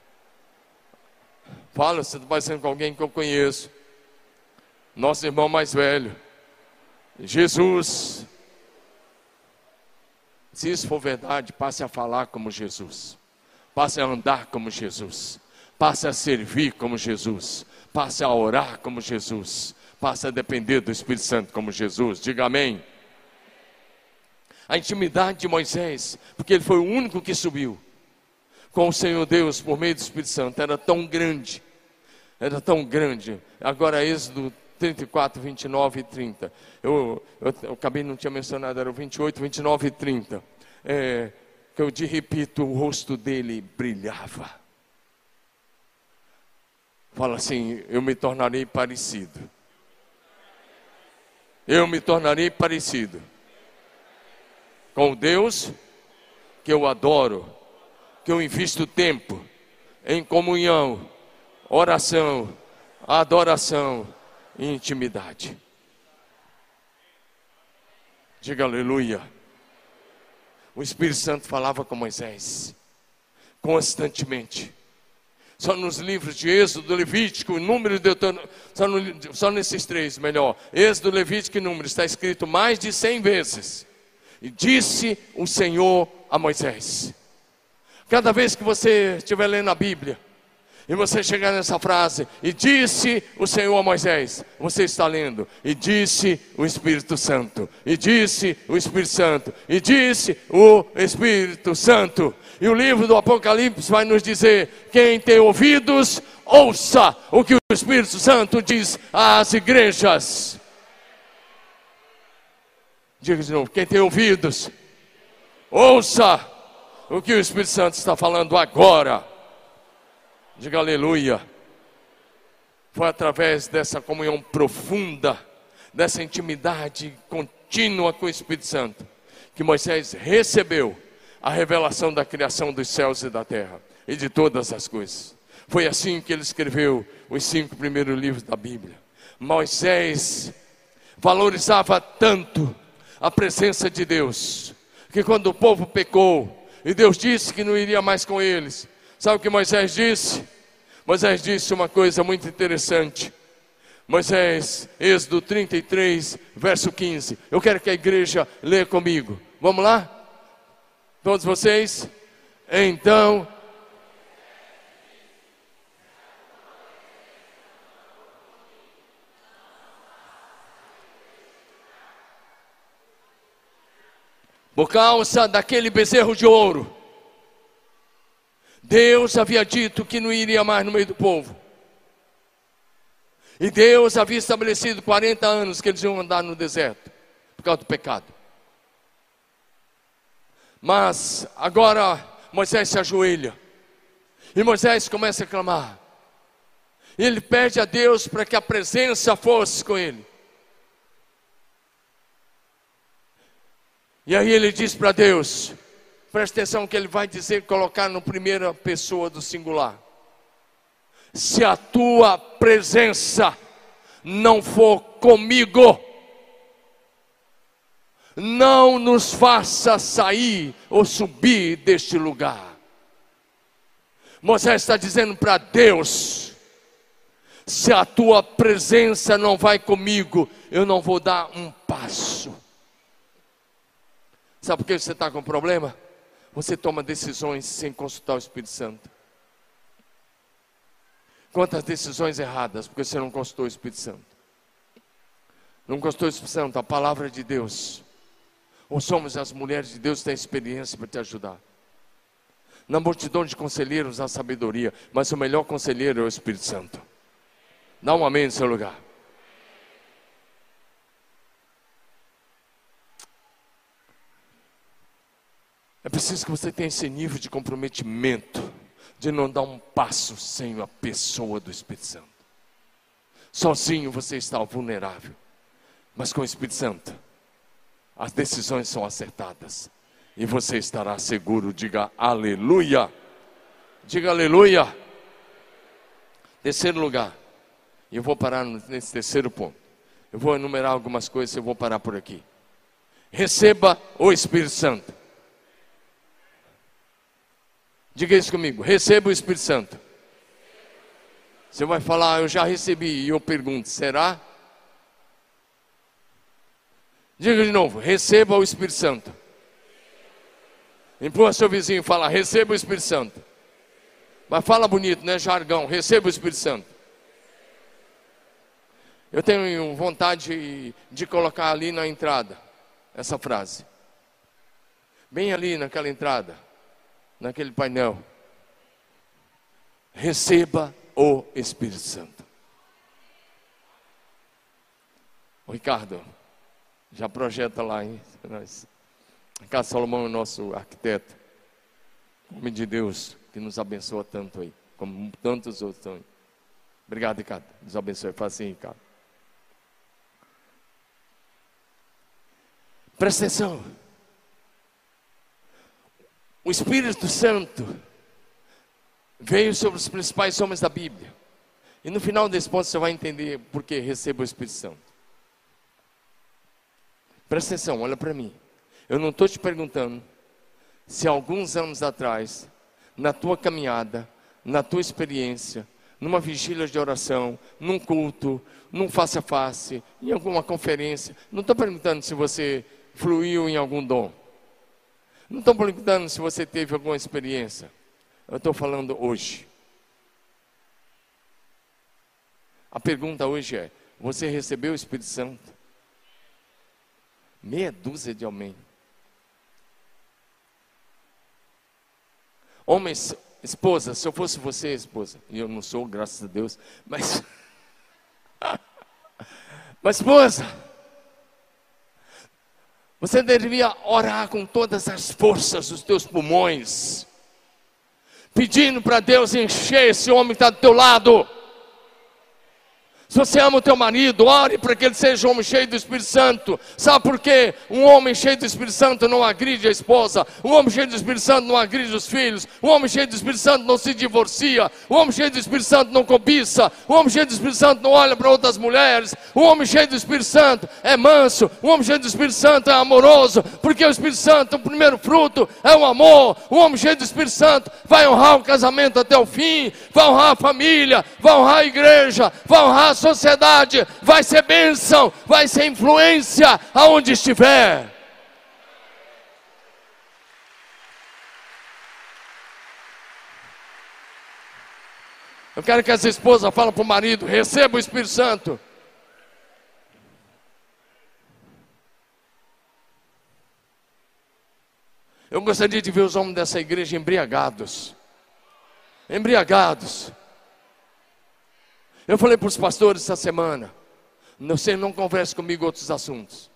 Speaker 1: fala, você está parecendo com alguém que eu conheço, nosso irmão mais velho, Jesus. Se isso for verdade, passe a falar como Jesus, passe a andar como Jesus, passe a servir como Jesus, passe a orar como Jesus, passa a depender do Espírito Santo como Jesus. Diga amém. A intimidade de Moisés, porque ele foi o único que subiu com o Senhor Deus por meio do Espírito Santo, era tão grande, era tão grande. Agora Êxodo trinta e quatro, vinte e nove e trinta. Eu, eu, eu acabei, não tinha mencionado, era o vinte e oito, vinte e nove e trinta. É, que eu te repito, o rosto dele brilhava. Fala assim: eu me tornarei parecido. Eu me tornarei parecido com o Deus que eu adoro, que eu invisto tempo em comunhão, oração, adoração e intimidade. Diga aleluia. O Espírito Santo falava com Moisés constantemente. Só nos livros de Êxodo, Levítico, Número e Deuteronômio, só, no, só nesses três, melhor, Êxodo, Levítico e Número, está escrito mais de cem vezes. E disse o Senhor a Moisés. Cada vez que você estiver lendo a Bíblia, e você chegar nessa frase, e disse o Senhor a Moisés, você está lendo, e disse o Espírito Santo, e disse o Espírito Santo, e disse o Espírito Santo. E o livro do Apocalipse vai nos dizer: quem tem ouvidos, ouça o que o Espírito Santo diz às igrejas. Diga de novo: quem tem ouvidos, ouça o que o Espírito Santo está falando agora. Diga aleluia. Foi através dessa comunhão profunda, dessa intimidade contínua com o Espírito Santo, que Moisés recebeu a revelação da criação dos céus e da terra e de todas as coisas. Foi assim que ele escreveu os cinco primeiros livros da Bíblia. Moisés valorizava tanto a presença de Deus, que quando o povo pecou e Deus disse que não iria mais com eles, sabe o que Moisés disse? Moisés disse uma coisa muito interessante. Moisés, Êxodo trinta e três, verso quinze. Eu quero que a igreja leia comigo. Vamos lá? Todos vocês? Então... por causa daquele bezerro de ouro, Deus havia dito que não iria mais no meio do povo. E Deus havia estabelecido quarenta anos que eles iam andar no deserto, por causa do pecado. Mas agora Moisés se ajoelha, e Moisés começa a clamar. E ele pede a Deus para que a presença fosse com ele. E aí ele diz para Deus, presta atenção que ele vai dizer, colocar no primeira pessoa do singular: se a tua presença não for comigo, não nos faça sair ou subir deste lugar. Moisés está dizendo para Deus: se a tua presença não vai comigo, eu não vou dar um passo. Sabe por que você está com problema? Você toma decisões sem consultar o Espírito Santo. Quantas decisões erradas, porque você não consultou o Espírito Santo. Não consultou o Espírito Santo, a palavra de Deus. Ou somos as mulheres de Deus que têm experiência para te ajudar. Na multidão de conselheiros há sabedoria, mas o melhor conselheiro é o Espírito Santo. Dá um amém no seu lugar. É preciso que você tenha esse nível de comprometimento, de não dar um passo sem a pessoa do Espírito Santo. Sozinho você está vulnerável, mas com o Espírito Santo as decisões são acertadas e você estará seguro. Diga aleluia. Diga aleluia. Terceiro lugar, e eu vou parar nesse terceiro ponto. Eu vou enumerar algumas coisas e eu vou parar por aqui. Receba o Espírito Santo. Diga isso comigo: receba o Espírito Santo. Você vai falar: eu já recebi. E eu pergunto: será? Diga de novo: receba o Espírito Santo. Empurra seu vizinho e fala: receba o Espírito Santo. Mas fala bonito, né? Jargão: receba o Espírito Santo. Eu tenho vontade de colocar ali na entrada essa frase. Bem ali naquela entrada, naquele painel. Receba o Espírito Santo. O Ricardo, já projeta lá, hein? Ricardo Salomão é o nosso arquiteto. Homem de Deus, que nos abençoa tanto aí, como tantos outros também. Obrigado, Ricardo. Deus abençoe. Faz assim, Ricardo. Presta atenção. O Espírito Santo veio sobre os principais homens da Bíblia. E no final desse ponto você vai entender por que receba o Espírito Santo. Presta atenção, olha para mim. Eu não estou te perguntando se alguns anos atrás, na tua caminhada, na tua experiência, numa vigília de oração, num culto, num face a face, em alguma conferência, não estou perguntando se você fluiu em algum dom. Não estou perguntando se você teve alguma experiência. Eu estou falando hoje. A pergunta hoje é: você recebeu o Espírito Santo? Meia dúzia de amém. Homens, esposa, se eu fosse você, esposa, e eu não sou, graças a Deus, mas mas esposa, você deveria orar com todas as forças dos teus pulmões, pedindo para Deus encher esse homem que está do teu lado. Se você ama o teu marido, ore para que ele seja um homem cheio do Espírito Santo. Sabe por quê? Um homem cheio do Espírito Santo não agride a esposa. Um homem cheio do Espírito Santo não agride os filhos. Um homem cheio do Espírito Santo não se divorcia. Um homem cheio do Espírito Santo não cobiça. Um homem cheio do Espírito Santo não olha para outras mulheres. Um homem cheio do Espírito Santo é manso. Um homem cheio do Espírito Santo é amoroso. Porque o Espírito Santo, o primeiro fruto, é o amor. Um homem cheio do Espírito Santo vai honrar o casamento até o fim. Vai honrar a família. Vai honrar a igreja. Vai honrar a sociedade, vai ser bênção, vai ser influência aonde estiver. Eu quero que essa esposa fale para o marido: receba o Espírito Santo. Eu gostaria de ver os homens dessa igreja embriagados. Embriagados. Eu falei para os pastores essa semana: você não converse comigo outros assuntos,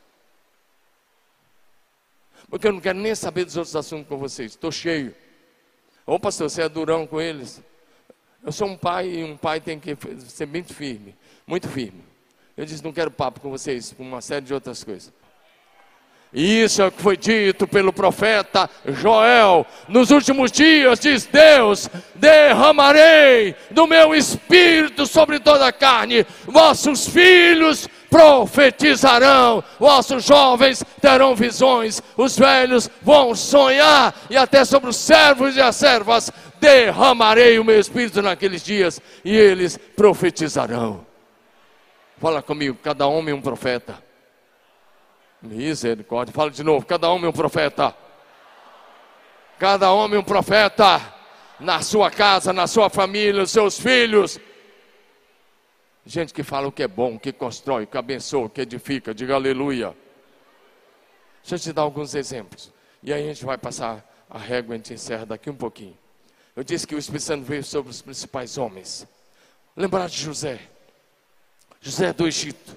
Speaker 1: porque eu não quero nem saber dos outros assuntos com vocês, estou cheio. Ô pastor, você é durão com eles? Eu sou um pai e um pai tem que ser muito firme, muito firme. Eu disse: não quero papo com vocês, com uma série de outras coisas. Isso é o que foi dito pelo profeta Joel: nos últimos dias, diz Deus, derramarei do meu espírito sobre toda a carne, vossos filhos profetizarão, vossos jovens terão visões, os velhos vão sonhar, e até sobre os servos e as servas derramarei o meu espírito naqueles dias, e eles profetizarão. Fala comigo: cada homem um profeta. Misericórdia. Fala de novo: cada homem um profeta. Cada homem um profeta. Na sua casa, na sua família, os seus filhos. Gente que fala o que é bom, que constrói, que abençoa, que edifica. Diga aleluia. Deixa eu te dar alguns exemplos, e aí a gente vai passar a régua e a gente encerra daqui um pouquinho. Eu disse que o Espírito Santo veio sobre os principais homens. Lembrar de José. José do Egito,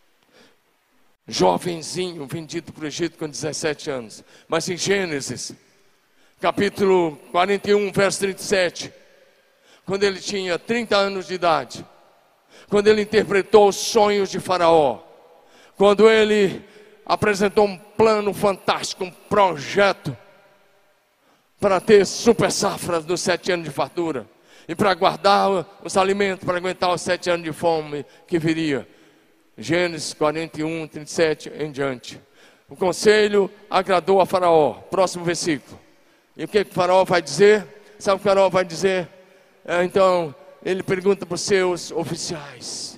Speaker 1: jovenzinho, vendido para o Egito com dezessete anos. Mas em Gênesis, capítulo quarenta e um, verso trinta e sete, quando ele tinha trinta anos de idade, quando ele interpretou os sonhos de Faraó, quando ele apresentou um plano fantástico, um projeto para ter super safras nos sete anos de fartura, e para guardar os alimentos, para aguentar os sete anos de fome que viria. Gênesis quarenta e um, trinta e sete em diante. O conselho agradou a Faraó. Próximo versículo. E o que, que o Faraó vai dizer? Sabe o que o Faraó vai dizer? É, então, ele pergunta para os seus oficiais: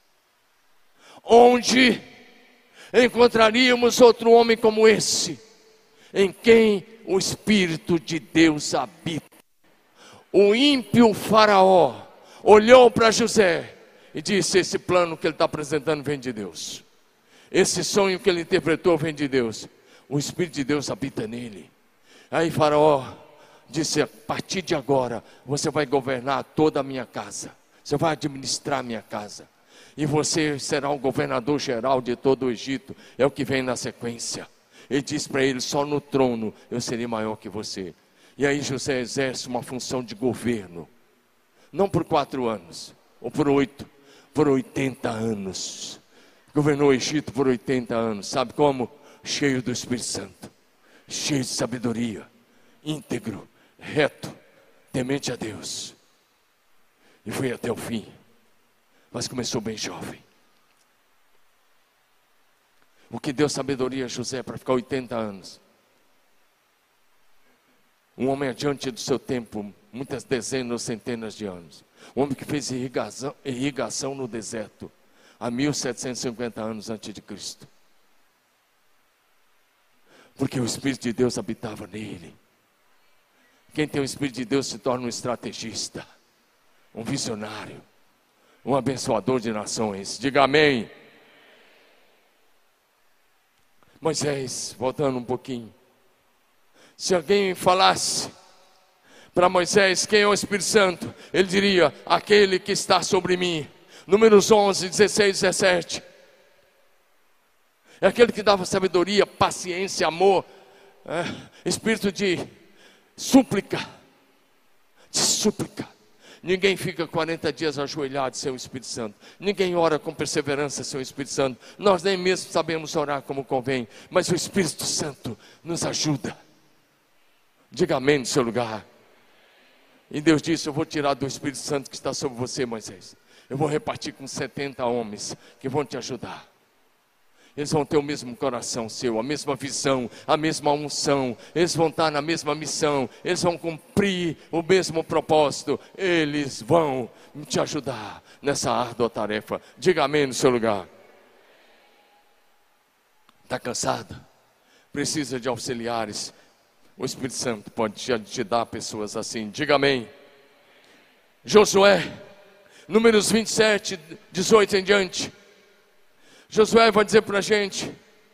Speaker 1: onde encontraríamos outro homem como esse, em quem o Espírito de Deus habita? O ímpio Faraó olhou para José e disse: esse plano que ele está apresentando vem de Deus. Esse sonho que ele interpretou vem de Deus. O Espírito de Deus habita nele. Aí Faraó disse: a partir de agora você vai governar toda a minha casa, você vai administrar a minha casa, e você será o governador geral de todo o Egito. É o que vem na sequência. Ele disse para ele: só no trono eu serei maior que você. E aí José exerce uma função de governo, não por quatro anos, ou por oito, por oitenta anos. Governou o Egito por oitenta anos. Sabe como? Cheio do Espírito Santo, cheio de sabedoria, íntegro, reto, temente a Deus. E foi até o fim. Mas começou bem jovem. O que deu sabedoria a José para ficar oitenta anos? Um homem adiante do seu tempo, muitas dezenas, centenas de anos. Um homem que fez irrigação, irrigação no deserto há mil setecentos e cinquenta anos antes de Cristo. Porque o Espírito de Deus habitava nele. Quem tem o Espírito de Deus se torna um estrategista, um visionário, um abençoador de nações. Diga amém. Moisés, voltando um pouquinho. Se alguém falasse para Moisés quem é o Espírito Santo, ele diria: aquele que está sobre mim. Números onze, dezesseis, dezessete. É aquele que dava sabedoria, paciência, amor, é, espírito de súplica, de súplica. Ninguém fica quarenta dias ajoelhado sem o Espírito Santo. Ninguém ora com perseverança sem o Espírito Santo. Nós nem mesmo sabemos orar como convém, mas o Espírito Santo nos ajuda. Diga amém no seu lugar. E Deus disse: eu vou tirar do Espírito Santo que está sobre você, Moisés. Eu vou repartir com setenta homens que vão te ajudar. Eles vão ter o mesmo coração seu, a mesma visão, a mesma unção. Eles vão estar na mesma missão. Eles vão cumprir o mesmo propósito. Eles vão te ajudar nessa árdua tarefa. Diga amém no seu lugar. Está cansado? Precisa de auxiliares? O Espírito Santo pode te, te dar pessoas assim. Diga amém. Josué, Números vinte e sete, dezoito em diante. Josué vai dizer para a gente: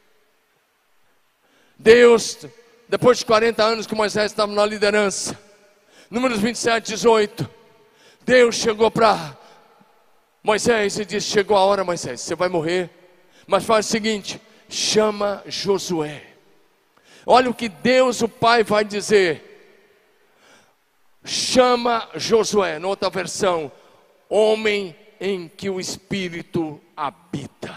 Speaker 1: Deus, depois de quarenta anos que Moisés estava na liderança, Números vinte e sete, dezoito, Deus chegou para Moisés e disse: chegou a hora, Moisés, você vai morrer, mas faz o seguinte, chama Josué. Olha o que Deus o Pai vai dizer: chama Josué. Na outra versão, homem em que o Espírito habita.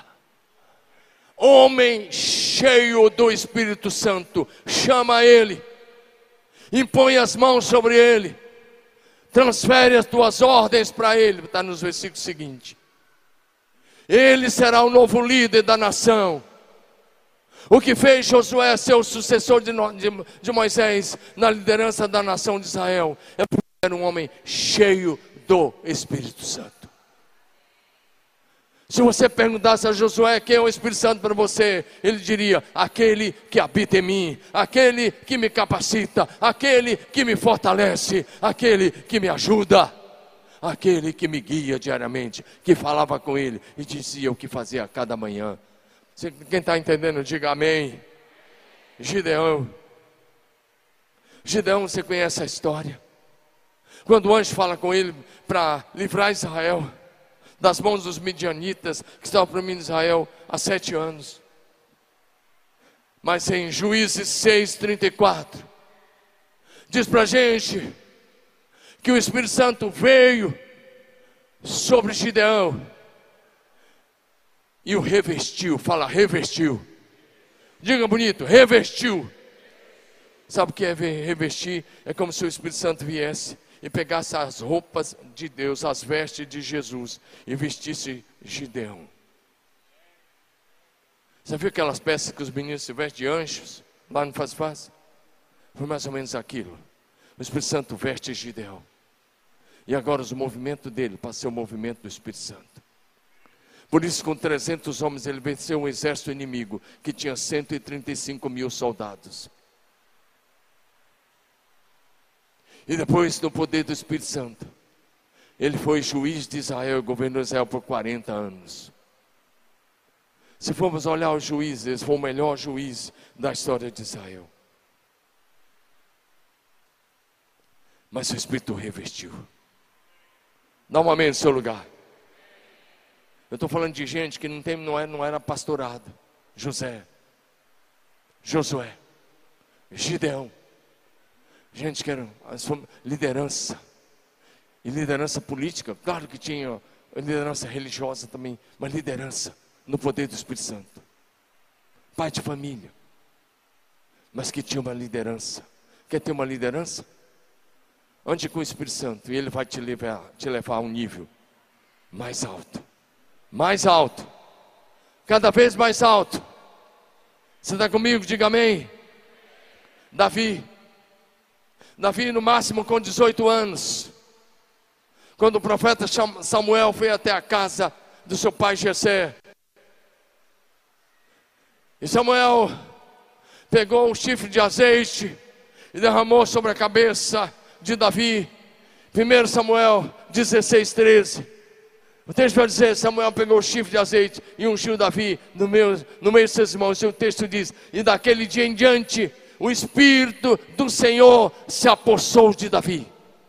Speaker 1: Homem cheio do Espírito Santo, chama ele, impõe as mãos sobre ele, transfere as tuas ordens para ele. Está nos versículos seguintes. Ele será o novo líder da nação. O que fez Josué ser o sucessor de, de, de Moisés na liderança da nação de Israel é porque era um homem cheio do Espírito Santo. Se você perguntasse a Josué quem é o Espírito Santo para você, ele diria: aquele que habita em mim, aquele que me capacita, aquele que me fortalece, aquele que me ajuda, aquele que me guia diariamente, que falava com ele e dizia o que fazer a cada manhã. Quem está entendendo, diga amém. Gideão. Gideão, você conhece a história? Quando o anjo fala com ele para livrar Israel das mãos dos midianitas que estavam oprimindo Israel há sete anos. Mas em Juízes seis, trinta e quatro, diz para a gente que o Espírito Santo veio sobre Gideão e o revestiu. Fala, revestiu. Diga bonito, revestiu. Sabe o que é revestir? É como se o Espírito Santo viesse e pegasse as roupas de Deus, as vestes de Jesus, e vestisse Gideão. Você viu aquelas peças que os meninos se vestem de anjos, lá no Faz Faz? Foi mais ou menos aquilo. O Espírito Santo veste Gideão. E agora os movimentos dele passam a ser o movimento do Espírito Santo. Por isso, com trezentos homens, ele venceu um exército inimigo que tinha cento e trinta e cinco mil soldados. E depois, no poder do Espírito Santo, Ele foi juiz de Israel, governou Israel por quarenta anos. Se formos olhar os juízes, ele foi o melhor juiz da história de Israel. Mas o Espírito o revestiu. Dá um amém no seu lugar. Eu estou falando de gente que não, tem, não, era, não era pastorado. José, Josué, Gideão. Gente que era liderança. E liderança política, claro que tinha liderança religiosa também, mas liderança no poder do Espírito Santo. Pai de família, mas que tinha uma liderança. Quer ter uma liderança? Ande com o Espírito Santo e ele vai te levar, te levar a um nível mais alto. Mais alto. Cada vez mais alto. Você está comigo? Diga amém. Davi. Davi no máximo com dezoito anos. Quando o profeta Samuel foi até a casa do seu pai Jessé. E Samuel pegou um chifre de azeite e derramou sobre a cabeça de Davi. primeiro Samuel dezesseis, treze. O texto vai dizer, Samuel pegou o chifre de azeite e ungiu Davi no meio, no meio de seus irmãos. E o texto diz, e daquele dia em diante, o Espírito do Senhor se apossou de Davi.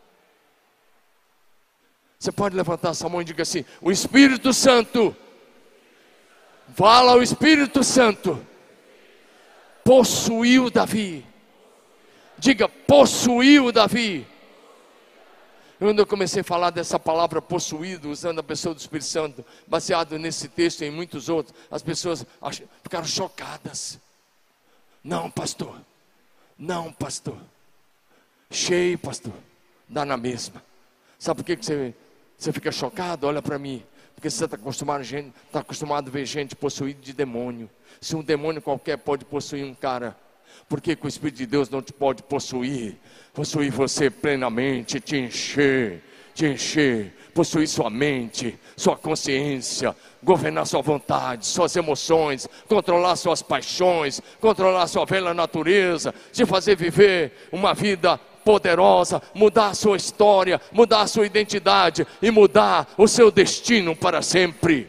Speaker 1: Você pode levantar sua mão e diga assim, o Espírito Santo, fala o Espírito Santo, possuiu Davi. Diga, possuiu Davi. Quando eu comecei a falar dessa palavra possuído, usando a pessoa do Espírito Santo, baseado nesse texto e em muitos outros, as pessoas ach... ficaram chocadas. Não, pastor. Não, pastor. Cheio, pastor. Dá na mesma. Sabe por que você, você fica chocado? Olha para mim. Porque você está acostumado, gente, está acostumado a ver gente possuída de demônio. Se um demônio qualquer pode possuir um cara, por que que o Espírito de Deus não te pode possuir? Possuir você plenamente, te encher, te encher, possuir sua mente, sua consciência, governar sua vontade, suas emoções, controlar suas paixões, controlar sua velha natureza, te fazer viver uma vida poderosa, mudar a sua história, mudar a sua identidade e mudar o seu destino para sempre.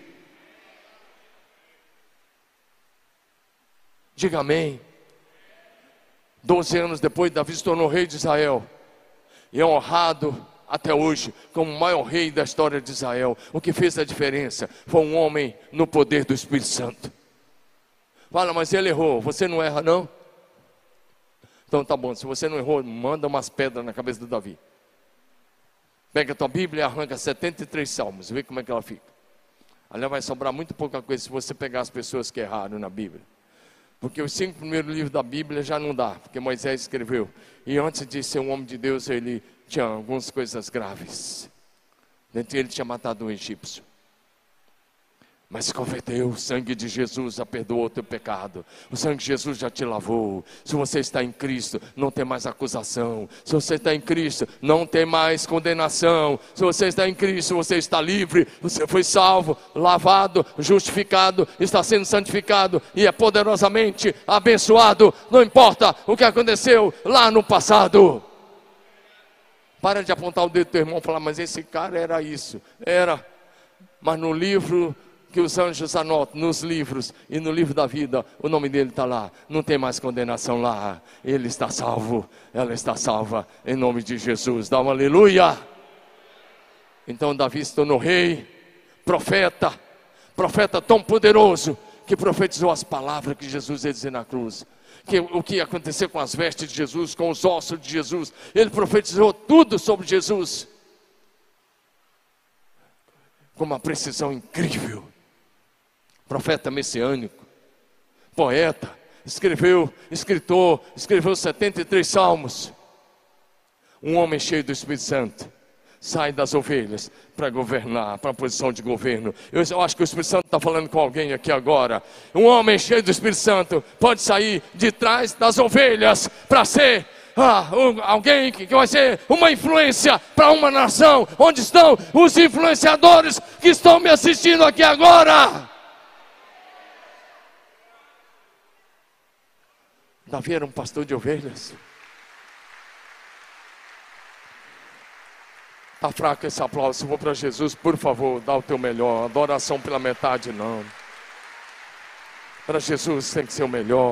Speaker 1: Diga amém. Doze anos depois, Davi se tornou rei de Israel e é honrado até hoje como o maior rei da história de Israel. O que fez a diferença foi um homem no poder do Espírito Santo. Fala, mas ele errou. Você não erra não? Então tá bom, se você não errou, manda umas pedras na cabeça do Davi. Pega a tua Bíblia e arranca setenta e três salmos, vê como é que ela fica. Ali vai sobrar muito pouca coisa se você pegar as pessoas que erraram na Bíblia. Porque os cinco primeiros livros da Bíblia já não dá, porque Moisés escreveu. E antes de ser um homem de Deus, ele tinha algumas coisas graves. Dentre ele tinha matado um egípcio. Mas se converteu, o sangue de Jesus já perdoou o teu pecado. O sangue de Jesus já te lavou. Se você está em Cristo, não tem mais acusação. Se você está em Cristo, não tem mais condenação. Se você está em Cristo, você está livre. Você foi salvo, lavado, justificado, está sendo santificado e é poderosamente abençoado. Não importa o que aconteceu lá no passado. Para de apontar o dedo do teu irmão e falar, mas esse cara era isso. Era, mas no livro que os anjos anotam, nos livros e no livro da vida, o nome dele está lá, não tem mais condenação lá, ele está salvo, ela está salva, em nome de Jesus, dá um aleluia. Então Davi se tornou rei, profeta, profeta tão poderoso, que profetizou as palavras que Jesus ia dizer na cruz, que, o que ia acontecer com as vestes de Jesus, com os ossos de Jesus, ele profetizou tudo sobre Jesus, com uma precisão incrível. Profeta messiânico, poeta, escreveu, escritor, escreveu setenta e três salmos. Um homem cheio do Espírito Santo sai das ovelhas para governar, para a posição de governo. Eu, eu acho que o Espírito Santo está falando com alguém aqui agora. Um homem cheio do Espírito Santo pode sair de trás das ovelhas para ser Ah, um, alguém que, que vai ser uma influência para uma nação. Onde estão os influenciadores que estão me assistindo aqui agora? Davi era um pastor de ovelhas. Está fraco esse aplauso. Se for para Jesus, por favor, dá o teu melhor. Adoração pela metade, não. Para Jesus tem que ser o melhor.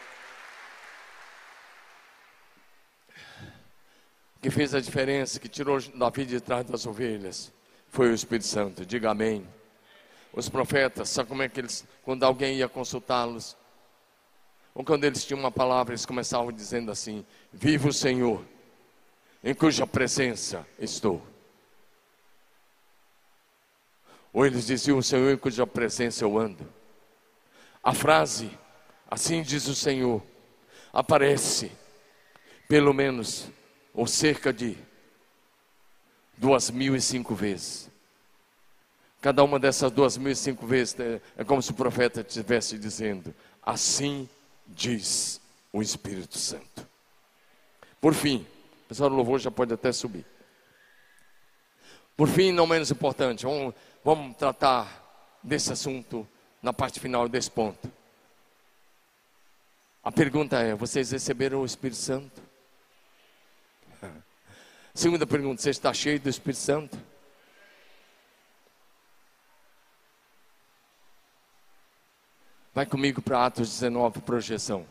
Speaker 1: O que fez a diferença, que tirou Davi de trás das ovelhas, foi o Espírito Santo. Diga amém. Os profetas, sabe como é que eles, quando alguém ia consultá-los, ou quando eles tinham uma palavra, eles começavam dizendo assim: viva o Senhor, em cuja presença estou. Ou eles diziam: o Senhor em cuja presença eu ando. A frase, assim diz o Senhor, aparece pelo menos, ou cerca de duas mil e cinco vezes. Cada uma dessas duas mil e cinco vezes é como se o profeta estivesse dizendo: assim diz o Espírito Santo. Por fim, o pessoal do louvor já pode até subir. Por fim, não menos importante, vamos, vamos tratar desse assunto na parte final desse ponto. A pergunta é: vocês receberam o Espírito Santo? Segunda pergunta: você está cheio do Espírito Santo? Vai comigo para Atos dezenove, projeção.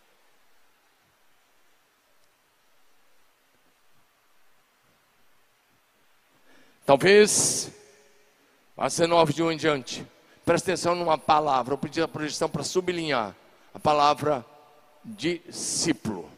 Speaker 1: Talvez, Atos dezenove de um em diante, presta atenção numa palavra. Eu pedi a projeção para sublinhar a palavra discípulo.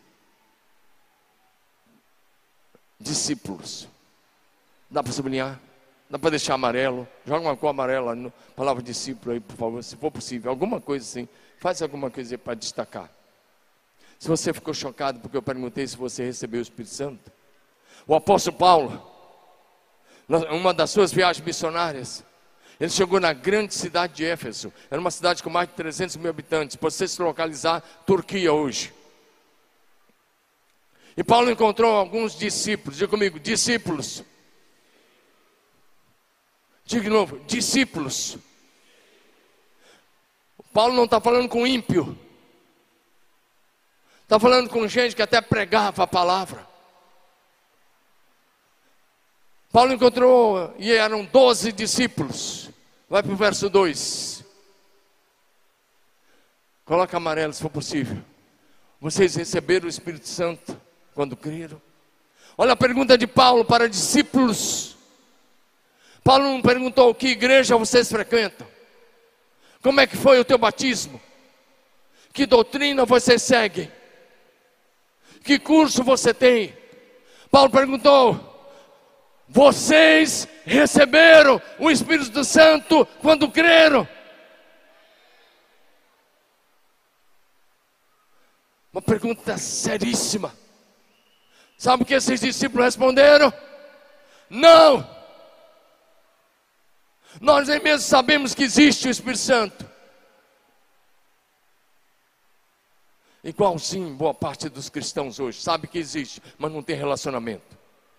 Speaker 1: Discípulos. Dá para sublinhar? Dá para deixar amarelo? Joga uma cor amarela na palavra discípulo aí, por favor, se for possível. Alguma coisa assim. Faz alguma coisa aí para destacar. Se você ficou chocado porque eu perguntei se você recebeu o Espírito Santo, o apóstolo Paulo, uma das suas viagens missionárias, ele chegou na grande cidade de Éfeso. Era uma cidade com mais de trezentos mil habitantes. Para você se localizar, Turquia hoje. E Paulo encontrou alguns discípulos. Diga comigo: discípulos. Diga de novo: discípulos. Paulo não está falando com ímpio. Está falando com gente que até pregava a palavra. Paulo encontrou, e eram doze discípulos. Vai para o verso dois. Coloca amarelo se for possível. Vocês receberam o Espírito Santo quando creram? Olha a pergunta de Paulo para discípulos. Paulo não perguntou: que igreja vocês frequentam? Como é que foi o teu batismo? Que doutrina você segue? Que curso você tem? Paulo perguntou: vocês receberam o Espírito Santo quando creram? Uma pergunta seríssima. Sabe o que esses discípulos responderam? Não. Nós nem mesmo sabemos que existe o Espírito Santo. Igualzinho boa parte dos cristãos hoje sabe que existe, mas não tem relacionamento.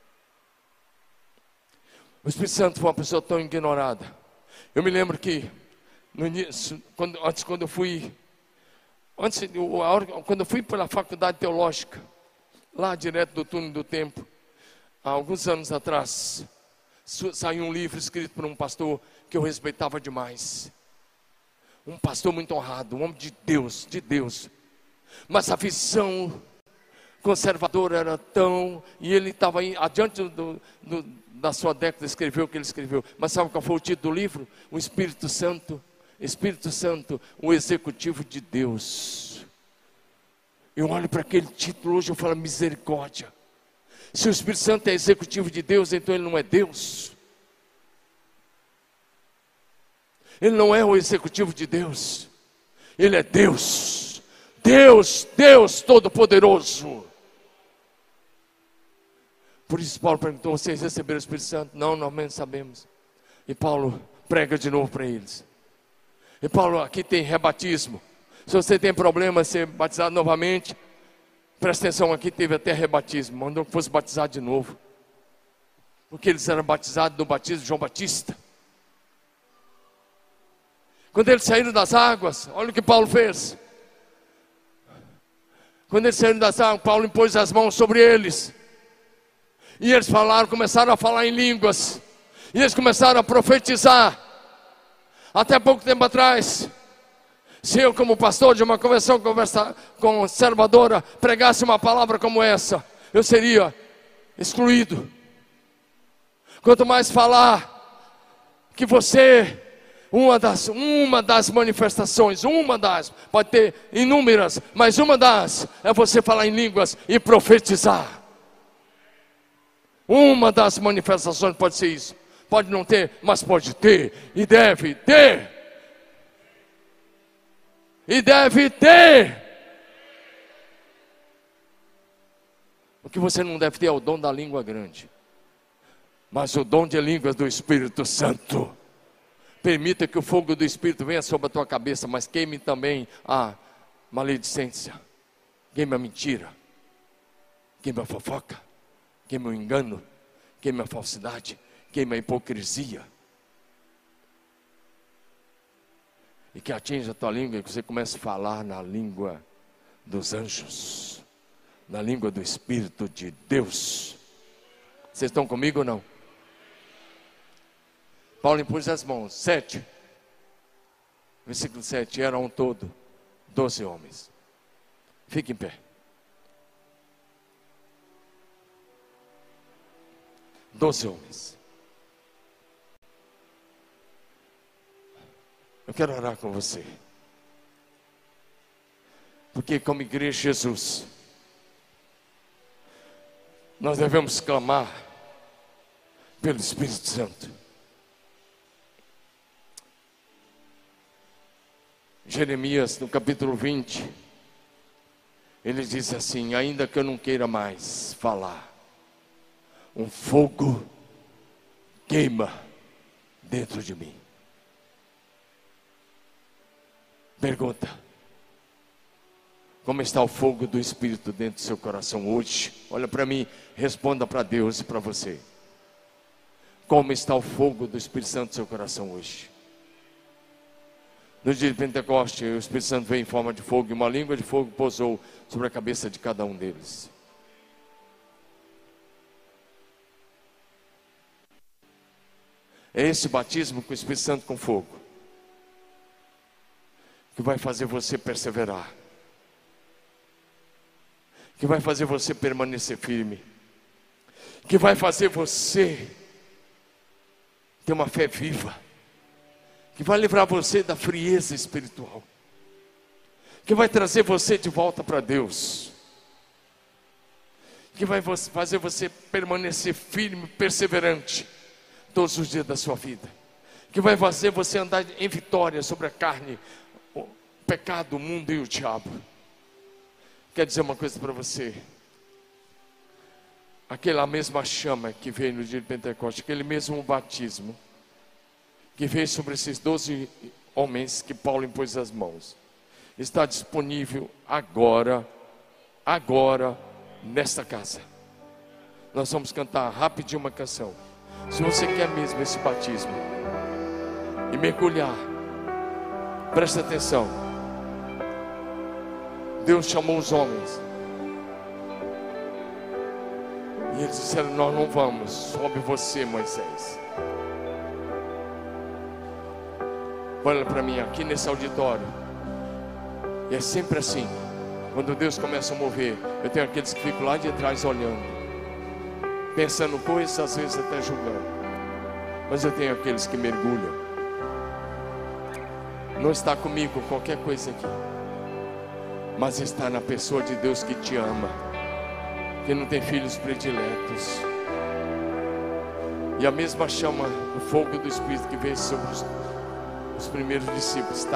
Speaker 1: O Espírito Santo foi uma pessoa tão ignorada. Eu me lembro que no início, quando, antes quando eu fui, antes, eu, a hora, quando eu fui pela faculdade teológica, lá direto do túnel do tempo, há alguns anos atrás, saiu um livro escrito por um pastor que eu respeitava demais. Um pastor muito honrado, um homem de Deus, de Deus. Mas a visão conservadora era tão... E ele estava adiante do, do, da sua década, escreveu o que ele escreveu. Mas sabe qual foi o título do livro? O Espírito Santo, Espírito Santo, o executivo de Deus. Eu olho para aquele título hoje e eu falo: misericórdia. Se o Espírito Santo é executivo de Deus, então ele não é Deus. Ele não é o executivo de Deus. Ele é Deus. Deus, Deus Todo-Poderoso. Por isso Paulo perguntou: vocês receberam o Espírito Santo? Não, nós menos sabemos. E Paulo prega de novo para eles. E Paulo, aqui tem rebatismo. Se você tem problema de ser batizado novamente, presta atenção, aqui teve até rebatismo. Mandou que fosse batizado de novo. Porque eles eram batizados no batismo de João Batista. Quando eles saíram das águas, olha o que Paulo fez. Quando eles saíram das águas, Paulo impôs as mãos sobre eles. E eles falaram, começaram a falar em línguas. E eles começaram a profetizar. Até pouco tempo atrás, se eu, como pastor de uma convenção conversa, conservadora, pregasse uma palavra como essa, eu seria excluído. Quanto mais falar que você, uma das, uma das manifestações, uma das, pode ter inúmeras, mas uma das é você falar em línguas e profetizar. Uma das manifestações pode ser isso. Pode não ter, mas pode ter, e deve ter. E deve ter. O que você não deve ter é o dom da língua grande, mas o dom de línguas do Espírito Santo. Permita que o fogo do Espírito venha sobre a tua cabeça, mas queime também a maledicência, queime a mentira, queime a fofoca, queime o engano, queime a falsidade, queime a hipocrisia. E que atinja a tua língua e que você comece a falar na língua dos anjos, na língua do Espírito de Deus. Vocês estão comigo ou não? Paulo impôs as mãos, sete. Versículo sete, eram um todo doze homens. Fique em pé. Doze homens. Eu quero orar com você. Porque como igreja de Jesus, nós devemos clamar pelo Espírito Santo. Jeremias, no capítulo vinte, ele diz assim: ainda que eu não queira mais falar, um fogo queima dentro de mim. Pergunta: como está o fogo do Espírito dentro do seu coração hoje? Olha para mim, responda para Deus e para você. Como está o fogo do Espírito Santo no seu coração hoje? No dia de Pentecoste, o Espírito Santo veio em forma de fogo, e uma língua de fogo pousou sobre a cabeça de cada um deles. É esse batismo com o Espírito Santo com fogo que vai fazer você perseverar, que vai fazer você permanecer firme, que vai fazer você ter uma fé viva, que vai livrar você da frieza espiritual, que vai trazer você de volta para Deus, que vai fazer você permanecer firme, perseverante todos os dias da sua vida, que vai fazer você andar em vitória sobre a carne, o pecado, o mundo e o diabo. Quero dizer uma coisa para você: aquela mesma chama que veio no dia de Pentecostes, aquele mesmo batismo que veio sobre esses doze homens que Paulo impôs as mãos, está disponível agora, agora, nesta casa. Nós vamos cantar rapidinho uma canção. Se você quer mesmo esse batismo e mergulhar, presta atenção. Deus chamou os homens e eles disseram: nós não vamos, sobe você, Moisés. Olha para mim aqui nesse auditório, e é sempre assim. Quando Deus começa a mover, eu tenho aqueles que ficam lá de trás olhando, pensando coisas, às vezes até julgando. Mas eu tenho aqueles que mergulham. Não está comigo qualquer coisa aqui, mas está na pessoa de Deus que te ama, que não tem filhos prediletos. E a mesma chama, o fogo do Espírito que veio sobre os, os primeiros discípulos está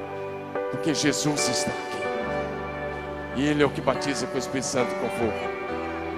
Speaker 1: aqui, porque Jesus está aqui, e Ele é o que batiza com o Espírito Santo e com fogo.